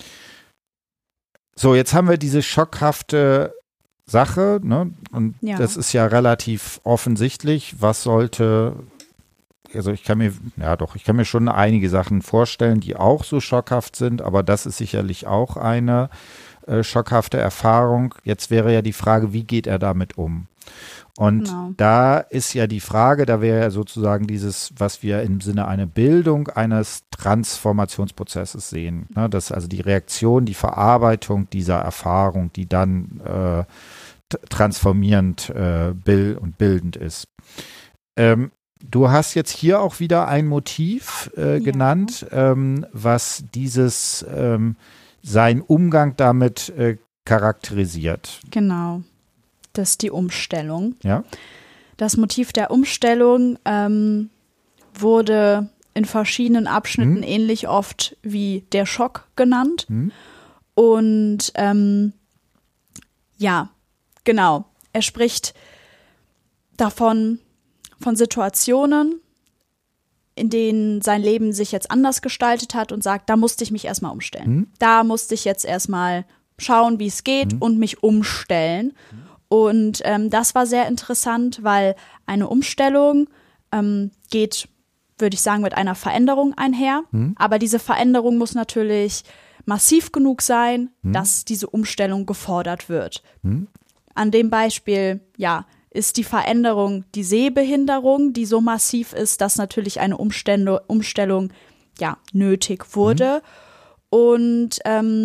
So, jetzt haben wir diese schockhafte Sache, ne? Und das ist ja relativ offensichtlich. Was sollte, also ich kann mir schon einige Sachen vorstellen, die auch so schockhaft sind, aber das ist sicherlich auch eine schockhafte Erfahrung. Jetzt wäre ja die Frage, wie geht er damit um? Und da ist ja die Frage, da wäre ja sozusagen dieses, was wir im Sinne einer Bildung eines Transformationsprozesses sehen. Ne? Das ist also die Reaktion, die Verarbeitung dieser Erfahrung, die dann transformierend und bildend ist. Du hast jetzt hier auch wieder ein Motiv genannt, was dieses sein Umgang damit charakterisiert. Genau. Das ist die Umstellung. Ja. Das Motiv der Umstellung wurde in verschiedenen Abschnitten ähnlich oft wie der Schock genannt. Und genau. Er spricht davon, von Situationen, in denen sein Leben sich jetzt anders gestaltet hat und sagt, da musste ich mich erstmal umstellen. Da musste ich jetzt erstmal schauen, wie es geht und mich umstellen. Und das war sehr interessant, weil eine Umstellung geht, würde ich sagen, mit einer Veränderung einher. Aber diese Veränderung muss natürlich massiv genug sein, dass diese Umstellung gefordert wird. An dem Beispiel, ist die Veränderung die Sehbehinderung, die so massiv ist, dass natürlich eine Umstellung nötig wurde. Und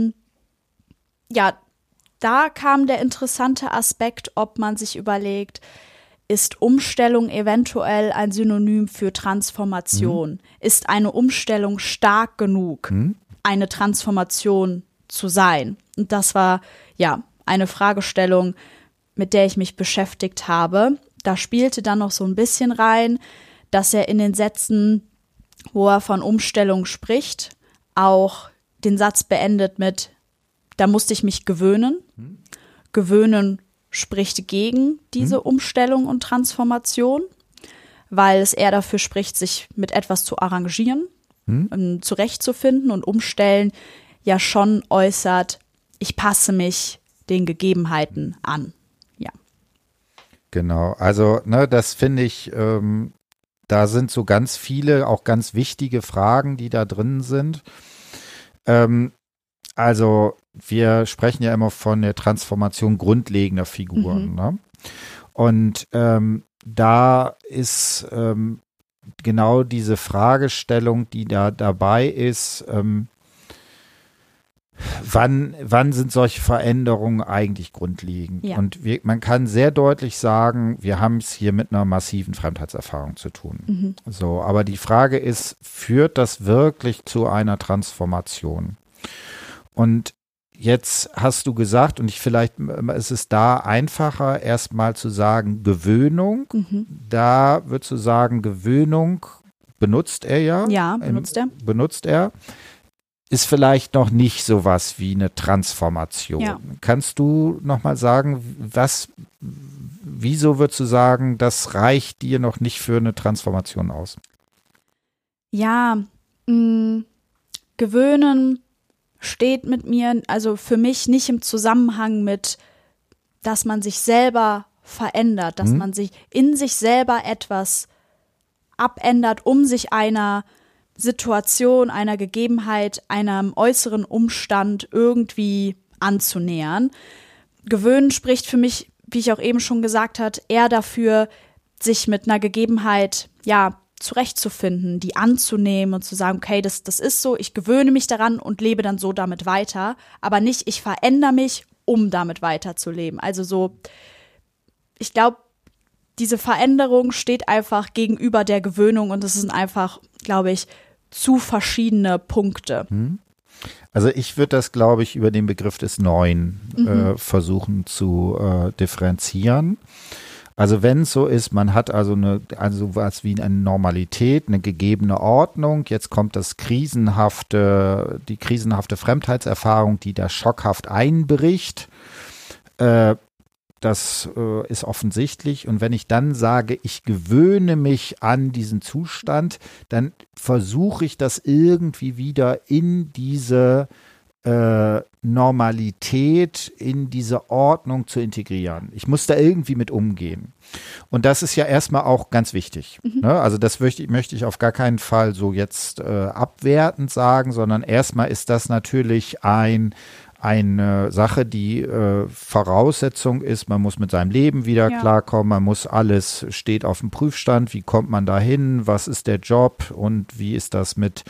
da kam der interessante Aspekt, ob man sich überlegt, ist Umstellung eventuell ein Synonym für Transformation? Ist eine Umstellung stark genug, eine Transformation zu sein? Und das war eine Fragestellung, mit der ich mich beschäftigt habe. Da spielte dann noch so ein bisschen rein, dass er in den Sätzen, wo er von Umstellung spricht, auch den Satz beendet mit, da musste ich mich gewöhnen. Gewöhnen spricht gegen diese Umstellung und Transformation, weil es eher dafür spricht, sich mit etwas zu arrangieren, zurechtzufinden, und umstellen ja schon äußert, ich passe mich den Gegebenheiten an. Ja. Genau, also das finde ich, da sind so ganz viele, auch ganz wichtige Fragen, die da drin sind. Also wir sprechen ja immer von der Transformation grundlegender Figuren. Ne? Und da ist genau diese Fragestellung, die da dabei ist, wann sind solche Veränderungen eigentlich grundlegend? Ja. Und man kann sehr deutlich sagen, wir haben es hier mit einer massiven Fremdheitserfahrung zu tun. So, aber die Frage ist, führt das wirklich zu einer Transformation? Und jetzt hast du gesagt, und vielleicht ist es da einfacher, erstmal zu sagen, Gewöhnung. Da würdest du sagen, Gewöhnung benutzt er ja. Ja, benutzt er. Ist vielleicht noch nicht sowas wie eine Transformation. Ja. Kannst du nochmal sagen, wieso würdest du sagen, das reicht dir noch nicht für eine Transformation aus? Ja, gewöhnen steht mit mir, also für mich nicht im Zusammenhang mit, dass man sich selber verändert, dass man sich in sich selber etwas abändert, um sich einer Situation, einer Gegebenheit, einem äußeren Umstand irgendwie anzunähern. Gewöhnen spricht für mich, wie ich auch eben schon gesagt habe, eher dafür, sich mit einer Gegebenheit, ja, zurechtzufinden, die anzunehmen und zu sagen, okay, das ist so, ich gewöhne mich daran und lebe dann so damit weiter, aber nicht, ich verändere mich, um damit weiterzuleben. Also so, ich glaube, diese Veränderung steht einfach gegenüber der Gewöhnung und es sind einfach, glaube ich, zu verschiedene Punkte. Also ich würde das, glaube ich, über den Begriff des Neuen versuchen zu differenzieren. Also wenn es so ist, man hat also was wie eine Normalität, eine gegebene Ordnung, jetzt kommt die krisenhafte Fremdheitserfahrung, die da schockhaft einbricht. Das ist offensichtlich. Und wenn ich dann sage, ich gewöhne mich an diesen Zustand, dann versuche ich das irgendwie wieder in diese Normalität, in diese Ordnung zu integrieren. Ich muss da irgendwie mit umgehen. Und das ist ja erstmal auch ganz wichtig. Ne? Also das möchte ich auf gar keinen Fall so jetzt abwertend sagen, sondern erstmal ist das natürlich eine Sache, die Voraussetzung ist, man muss mit seinem Leben wieder klarkommen, alles steht auf dem Prüfstand, wie kommt man da hin, was ist der Job und wie ist das mit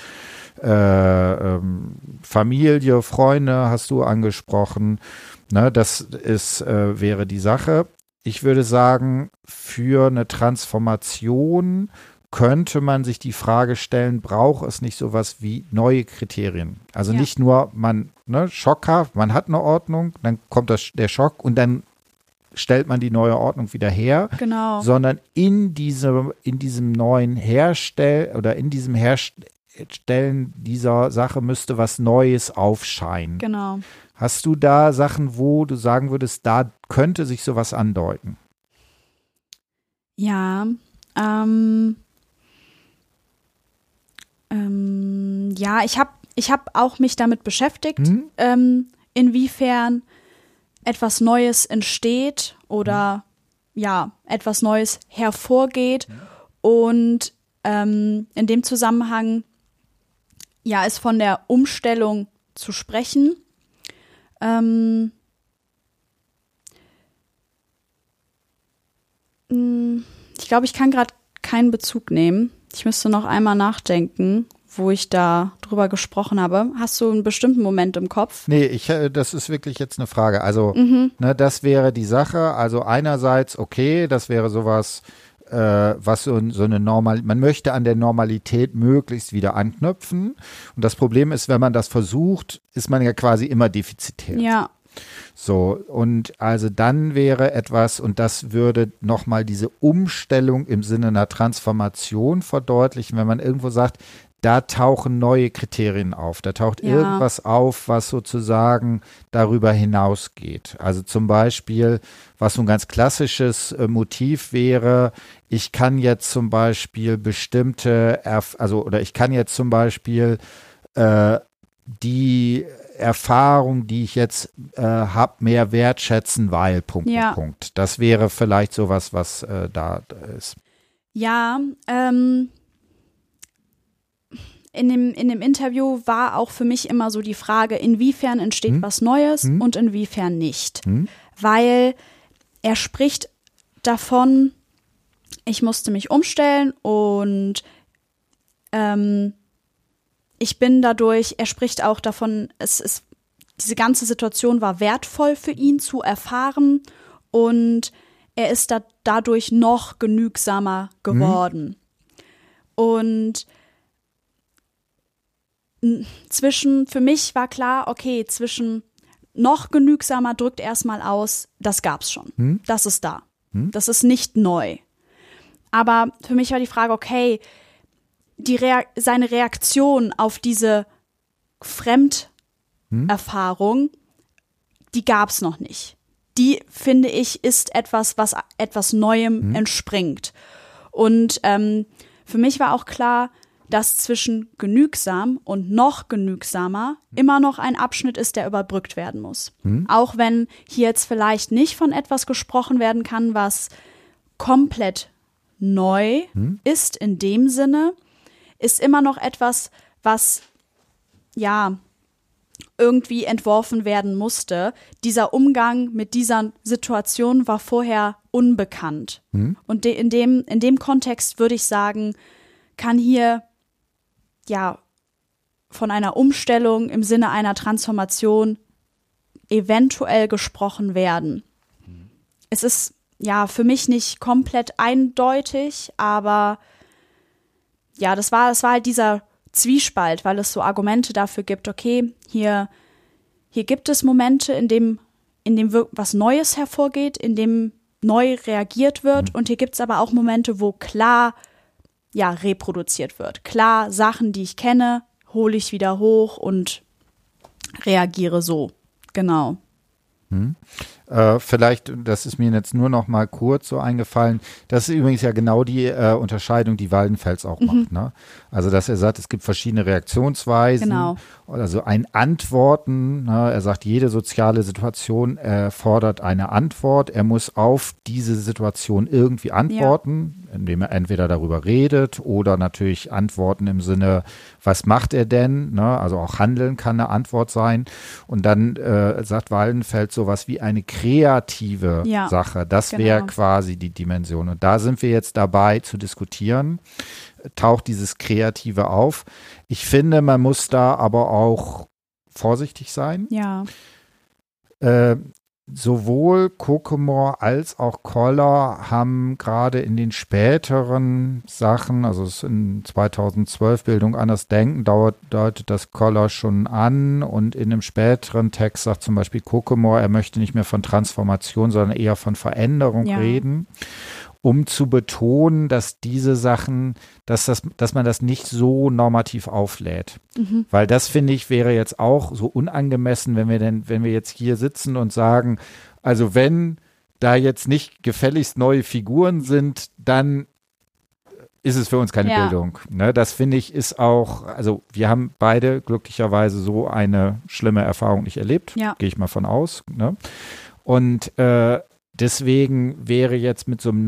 Familie, Freunde, hast du angesprochen, ne, das wäre die Sache. Ich würde sagen, für eine Transformation könnte man sich die Frage stellen, braucht es nicht sowas wie neue Kriterien? Also nicht nur schockhaft, man hat eine Ordnung, dann kommt der Schock und dann stellt man die neue Ordnung wieder her, genau, sondern in diesem neuen Herstellen oder in diesem Herstellen dieser Sache müsste was Neues aufscheinen. Genau. Hast du da Sachen, wo du sagen würdest, da könnte sich sowas andeuten? Ja, ich hab auch mich damit beschäftigt, inwiefern etwas Neues entsteht oder etwas Neues hervorgeht und in dem Zusammenhang ist von der Umstellung zu sprechen. Ich glaube, ich kann gerade keinen Bezug nehmen. Ich müsste noch einmal nachdenken, wo ich da drüber gesprochen habe. Hast du einen bestimmten Moment im Kopf? Nee, das ist wirklich jetzt eine Frage. Also, das wäre die Sache. Also einerseits, okay, das wäre sowas, was so eine man möchte an der Normalität möglichst wieder anknüpfen. Und das Problem ist, wenn man das versucht, ist man ja quasi immer defizitär. Ja. So, und also dann wäre etwas, und das würde nochmal diese Umstellung im Sinne einer Transformation verdeutlichen, wenn man irgendwo sagt, da tauchen neue Kriterien auf, da taucht irgendwas auf, was sozusagen darüber hinausgeht. Also zum Beispiel, was so ein ganz klassisches Motiv wäre, ich kann jetzt zum Beispiel die Erfahrung, die ich jetzt habe, mehr wertschätzen, weil Punkt. Das wäre vielleicht sowas, was da ist. Ja, in dem Interview war auch für mich immer so die Frage, inwiefern entsteht was Neues und inwiefern nicht. Weil er spricht davon, ich musste mich umstellen und ich bin dadurch, er spricht auch davon, diese ganze Situation war wertvoll für ihn zu erfahren und er ist dadurch noch genügsamer geworden. Und für mich war klar, okay, zwischen noch genügsamer drückt erstmal aus, das gab's schon. Das ist da. Das ist nicht neu. Aber für mich war die Frage, okay, seine Reaktion auf diese Fremderfahrung, die gab's noch nicht. Die, finde ich, ist etwas, was etwas Neuem entspringt. Und für mich war auch klar, dass zwischen genügsam und noch genügsamer immer noch ein Abschnitt ist, der überbrückt werden muss. Auch wenn hier jetzt vielleicht nicht von etwas gesprochen werden kann, was komplett neu ist in dem Sinne, ist immer noch etwas, was irgendwie entworfen werden musste. Dieser Umgang mit dieser Situation war vorher unbekannt. Und in dem Kontext würde ich sagen, kann hier ja von einer Umstellung im Sinne einer Transformation eventuell gesprochen werden. Es ist ja für mich nicht komplett eindeutig, aber ja, das war halt dieser Zwiespalt, weil es so Argumente dafür gibt, okay, hier gibt es Momente, in dem was Neues hervorgeht, in dem neu reagiert wird, und hier gibt es aber auch Momente, wo klar ja reproduziert wird. Klar, Sachen, die ich kenne, hole ich wieder hoch und reagiere so. Genau. Vielleicht, das ist mir jetzt nur noch mal kurz so eingefallen, das ist übrigens ja genau die Unterscheidung, die Waldenfels auch macht. Ne? Also, dass er sagt, es gibt verschiedene Reaktionsweisen, Genau. Also ein Antworten. Ne? Er sagt, jede soziale Situation erfordert eine Antwort. Er muss auf diese Situation irgendwie antworten, indem er entweder darüber redet oder natürlich antworten im Sinne, was macht er denn? Ne? Also auch Handeln kann eine Antwort sein. Und dann sagt Waldenfels sowas wie eine kreative Sache. Das wäre quasi die Dimension. Und da sind wir jetzt dabei zu diskutieren. Taucht dieses Kreative auf? Ich finde, man muss da aber auch vorsichtig sein. Ja. Sowohl Kokomor als auch Koller haben gerade in den späteren Sachen, also es ist in 2012 Bildung anders denken, deutet das Koller schon an, und in einem späteren Text sagt zum Beispiel Kokomor, er möchte nicht mehr von Transformation, sondern eher von Veränderung reden, um zu betonen, dass diese Sachen, dass man das nicht so normativ auflädt. Weil das, finde ich, wäre jetzt auch so unangemessen, wenn wir jetzt hier sitzen und sagen, also wenn da jetzt nicht gefälligst neue Figuren sind, dann ist es für uns keine Bildung. Ne? Das, finde ich, ist auch, also wir haben beide glücklicherweise so eine schlimme Erfahrung nicht erlebt, gehe ich mal von aus. Ne? Und deswegen wäre jetzt mit so einer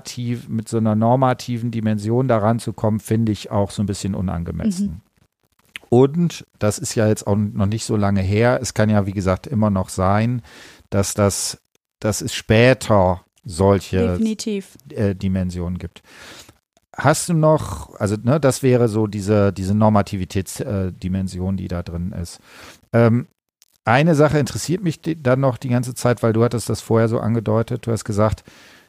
normativen Dimension daran zu kommen, finde ich auch so ein bisschen unangemessen. Und das ist ja jetzt auch noch nicht so lange her. Es kann ja, wie gesagt, immer noch sein, dass es später solche Dimensionen gibt. Hast du noch, also ne, das wäre so diese Normativitätsdimension, die da drin ist. Eine Sache interessiert mich dann noch die ganze Zeit, weil du hattest das vorher so angedeutet. Du hast gesagt,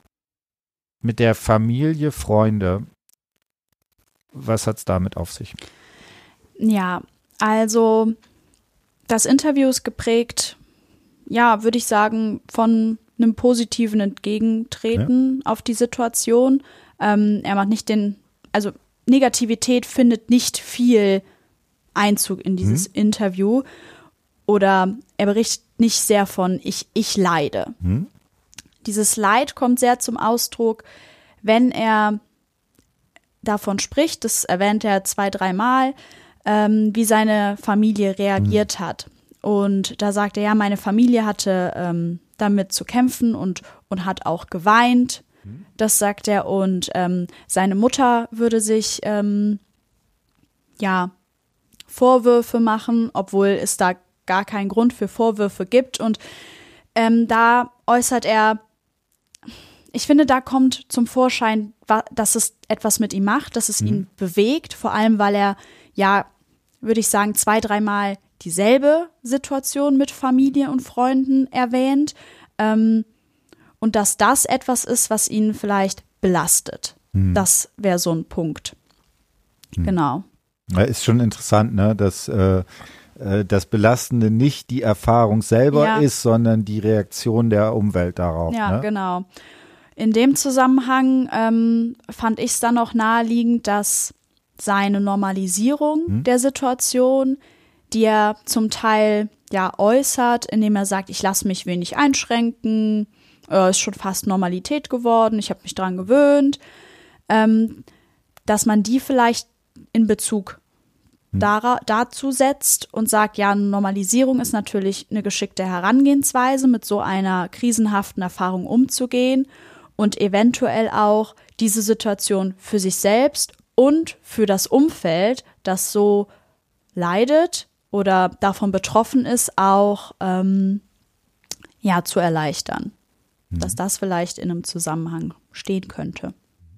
mit der Familie, Freunde, was hat es damit auf sich? Ja, also das Interview ist geprägt, ja, würde ich sagen, von einem positiven Entgegentreten auf die Situation. Er macht nicht also Negativität findet nicht viel Einzug in dieses Interview. Oder er berichtet nicht sehr von ich leide. Dieses Leid kommt sehr zum Ausdruck, wenn er davon spricht, das erwähnt er 2-3 Mal, wie seine Familie reagiert hat. Und da sagt er, ja, meine Familie hatte damit zu kämpfen und hat auch geweint. Das sagt er. Und seine Mutter würde sich Vorwürfe machen, obwohl es da gar keinen Grund für Vorwürfe gibt. Und da äußert er, ich finde, da kommt zum Vorschein, dass es etwas mit ihm macht, dass es ihn bewegt, vor allem, weil er, ja, würde ich sagen, 2-3 Mal dieselbe Situation mit Familie und Freunden erwähnt, und dass das etwas ist, was ihn vielleicht belastet. Das wäre so ein Punkt. Genau. Ja, ist schon interessant, ne, dass das Belastende nicht die Erfahrung selber ist, sondern die Reaktion der Umwelt darauf. Ja, ne? Genau. In dem Zusammenhang fand ich es dann auch naheliegend, dass seine Normalisierung der Situation, die er zum Teil äußert, indem er sagt, ich lasse mich wenig einschränken, ist schon fast Normalität geworden, ich habe mich dran gewöhnt, dass man die vielleicht in Bezug dazu setzt und sagt, ja, Normalisierung ist natürlich eine geschickte Herangehensweise, mit so einer krisenhaften Erfahrung umzugehen und eventuell auch diese Situation für sich selbst und für das Umfeld, das so leidet, oder davon betroffen ist, auch zu erleichtern. Dass das vielleicht in einem Zusammenhang stehen könnte.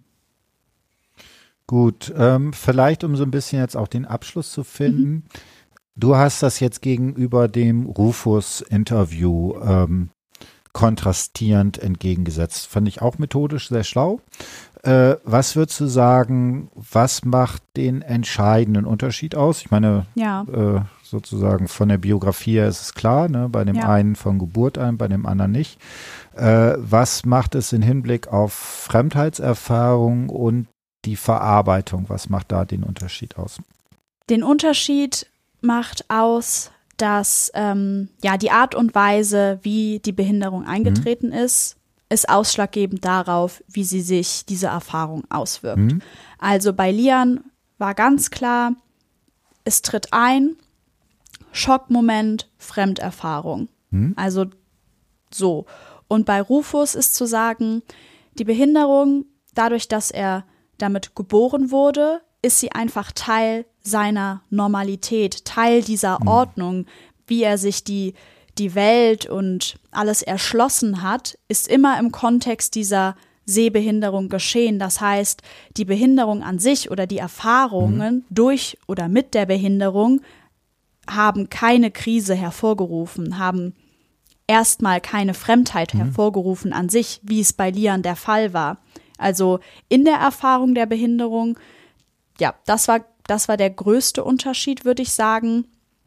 Gut, vielleicht um so ein bisschen jetzt auch den Abschluss zu finden. Du hast das jetzt gegenüber dem Rufus-Interview kontrastierend entgegengesetzt. Fand ich auch methodisch sehr schlau. Was würdest du sagen, was macht den entscheidenden Unterschied aus? Ich meine, sozusagen von der Biografie her ist es klar, ne? Bei dem einen von Geburt an, bei dem anderen nicht. Was macht es im Hinblick auf Fremdheitserfahrung und die Verarbeitung? Was macht da den Unterschied aus? Den Unterschied macht aus, dass die Art und Weise, wie die Behinderung eingetreten ist ausschlaggebend darauf, wie sie sich diese Erfahrung auswirkt. Also bei Lian war ganz klar, es tritt ein, Schockmoment, Fremderfahrung. Also so. Und bei Rufus ist zu sagen, die Behinderung, dadurch, dass er damit geboren wurde, ist sie einfach Teil seiner Normalität, Teil dieser Ordnung, wie er sich die Welt und alles erschlossen hat, ist immer im Kontext dieser Sehbehinderung geschehen. Das heißt, die Behinderung an sich oder die Erfahrungen durch oder mit der Behinderung haben keine Krise hervorgerufen, haben erstmal keine Fremdheit hervorgerufen an sich, wie es bei Lian der Fall war. Also in der Erfahrung der Behinderung, das war der größte Unterschied, würde ich sagen,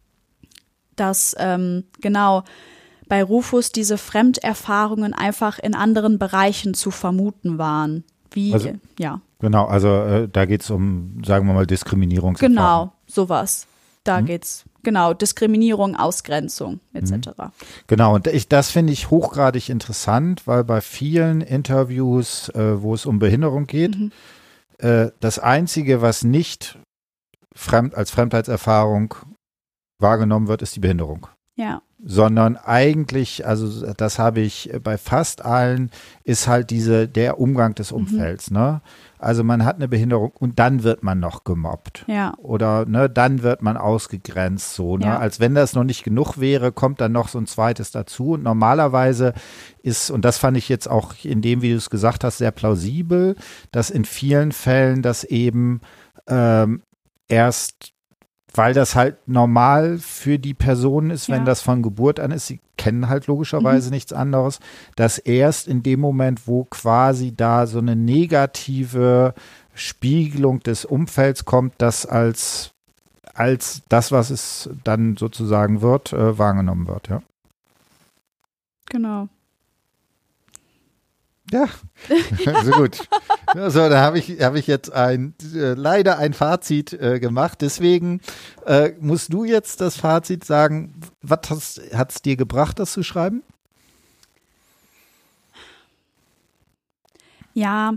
dass bei Rufus diese Fremderfahrungen einfach in anderen Bereichen zu vermuten waren. Genau, also da geht es um, sagen wir mal, Diskriminierungserfahrung. Genau, sowas. Da geht's. Genau, Diskriminierung, Ausgrenzung etc. Genau, und das finde ich hochgradig interessant, weil bei vielen Interviews, wo es um Behinderung geht, das Einzige, was nicht als Fremdheitserfahrung wahrgenommen wird, ist die Behinderung. Ja. Sondern eigentlich, also das habe ich bei fast allen, ist halt der Umgang des Umfelds, ne? Also man hat eine Behinderung und dann wird man noch gemobbt. Ja. Oder dann wird man ausgegrenzt, so, ne? Ja. Als wenn das noch nicht genug wäre, kommt dann noch so ein zweites dazu. Und normalerweise ist, und das fand ich jetzt auch in dem, wie du es gesagt hast, sehr plausibel, dass in vielen Fällen das eben erst, weil das halt normal für die Person ist, wenn das von Geburt an ist, sie kennen halt logischerweise nichts anderes, dass erst in dem Moment, wo quasi da so eine negative Spiegelung des Umfelds kommt, das als das, was es dann sozusagen wird, wahrgenommen wird, ja. Genau. Ja, so gut. So, da habe ich jetzt leider ein Fazit gemacht. Deswegen musst du jetzt das Fazit sagen. Was hat es dir gebracht, das zu schreiben? Ja,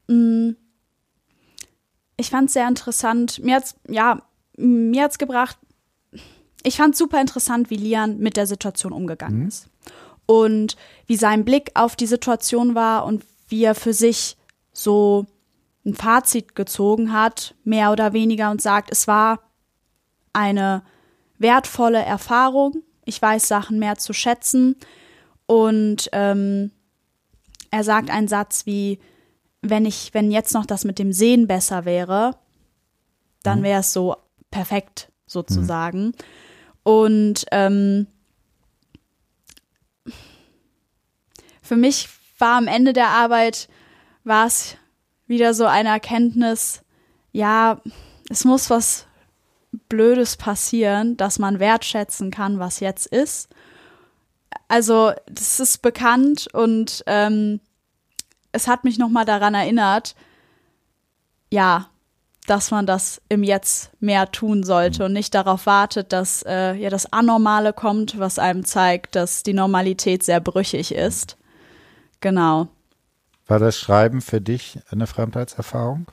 ich fand es sehr interessant. Mir hat's gebracht. Ich fand es super interessant, wie Lian mit der Situation umgegangen ist. Und wie sein Blick auf die Situation war und wie er für sich so ein Fazit gezogen hat, mehr oder weniger, und sagt, es war eine wertvolle Erfahrung, ich weiß Sachen mehr zu schätzen. Und er sagt einen Satz wie, wenn jetzt noch das mit dem Sehen besser wäre, dann wäre es so perfekt sozusagen. Und für mich war am Ende der Arbeit, war es wieder so eine Erkenntnis, ja, es muss was Blödes passieren, dass man wertschätzen kann, was jetzt ist. Also das ist bekannt und es hat mich nochmal daran erinnert, ja, dass man das im Jetzt mehr tun sollte und nicht darauf wartet, dass das Anormale kommt, was einem zeigt, dass die Normalität sehr brüchig ist. Genau. War das Schreiben für dich eine Fremdheitserfahrung?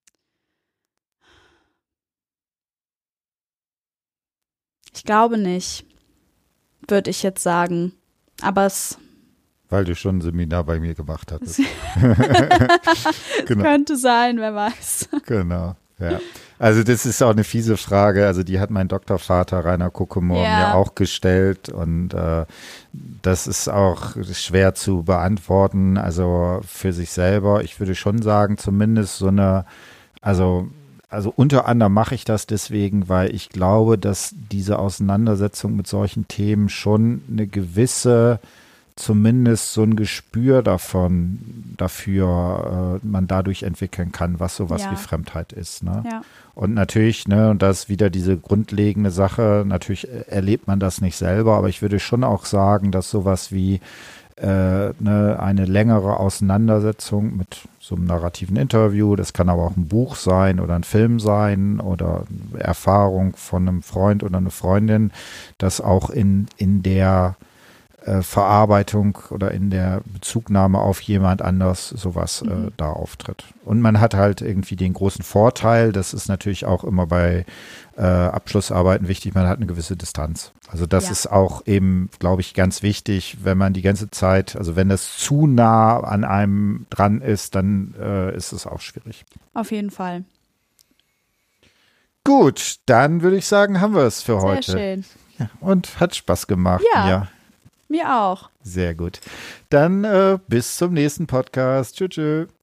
Ich glaube nicht, würde ich jetzt sagen. Aber es Weil du schon ein Seminar bei mir gemacht hattest. Genau. Könnte sein, wer weiß. Genau. Ja, also das ist auch eine fiese Frage. Also die hat mein Doktorvater Rainer Kuckemohr mir auch gestellt und das ist auch schwer zu beantworten. Also für sich selber, ich würde schon sagen, zumindest so eine, also unter anderem mache ich das deswegen, weil ich glaube, dass diese Auseinandersetzung mit solchen Themen schon eine gewisse, zumindest so ein Gespür dafür man dadurch entwickeln kann, was sowas wie Fremdheit ist. Ne? Ja. Und natürlich, ne, und das ist wieder diese grundlegende Sache, natürlich erlebt man das nicht selber, aber ich würde schon auch sagen, dass sowas wie eine längere Auseinandersetzung mit so einem narrativen Interview, das kann aber auch ein Buch sein oder ein Film sein oder eine Erfahrung von einem Freund oder einer Freundin, das auch in der Verarbeitung oder in der Bezugnahme auf jemand anders sowas da auftritt. Und man hat halt irgendwie den großen Vorteil, das ist natürlich auch immer bei Abschlussarbeiten wichtig, man hat eine gewisse Distanz. Also das ist auch eben, glaube ich, ganz wichtig, wenn man die ganze Zeit, also wenn das zu nah an einem dran ist, dann ist es auch schwierig. Auf jeden Fall. Gut, dann würde ich sagen, haben wir es für heute. Sehr schön. Ja, und hat Spaß gemacht. Ja. Mir auch. Sehr gut. Dann bis zum nächsten Podcast. Tschüss.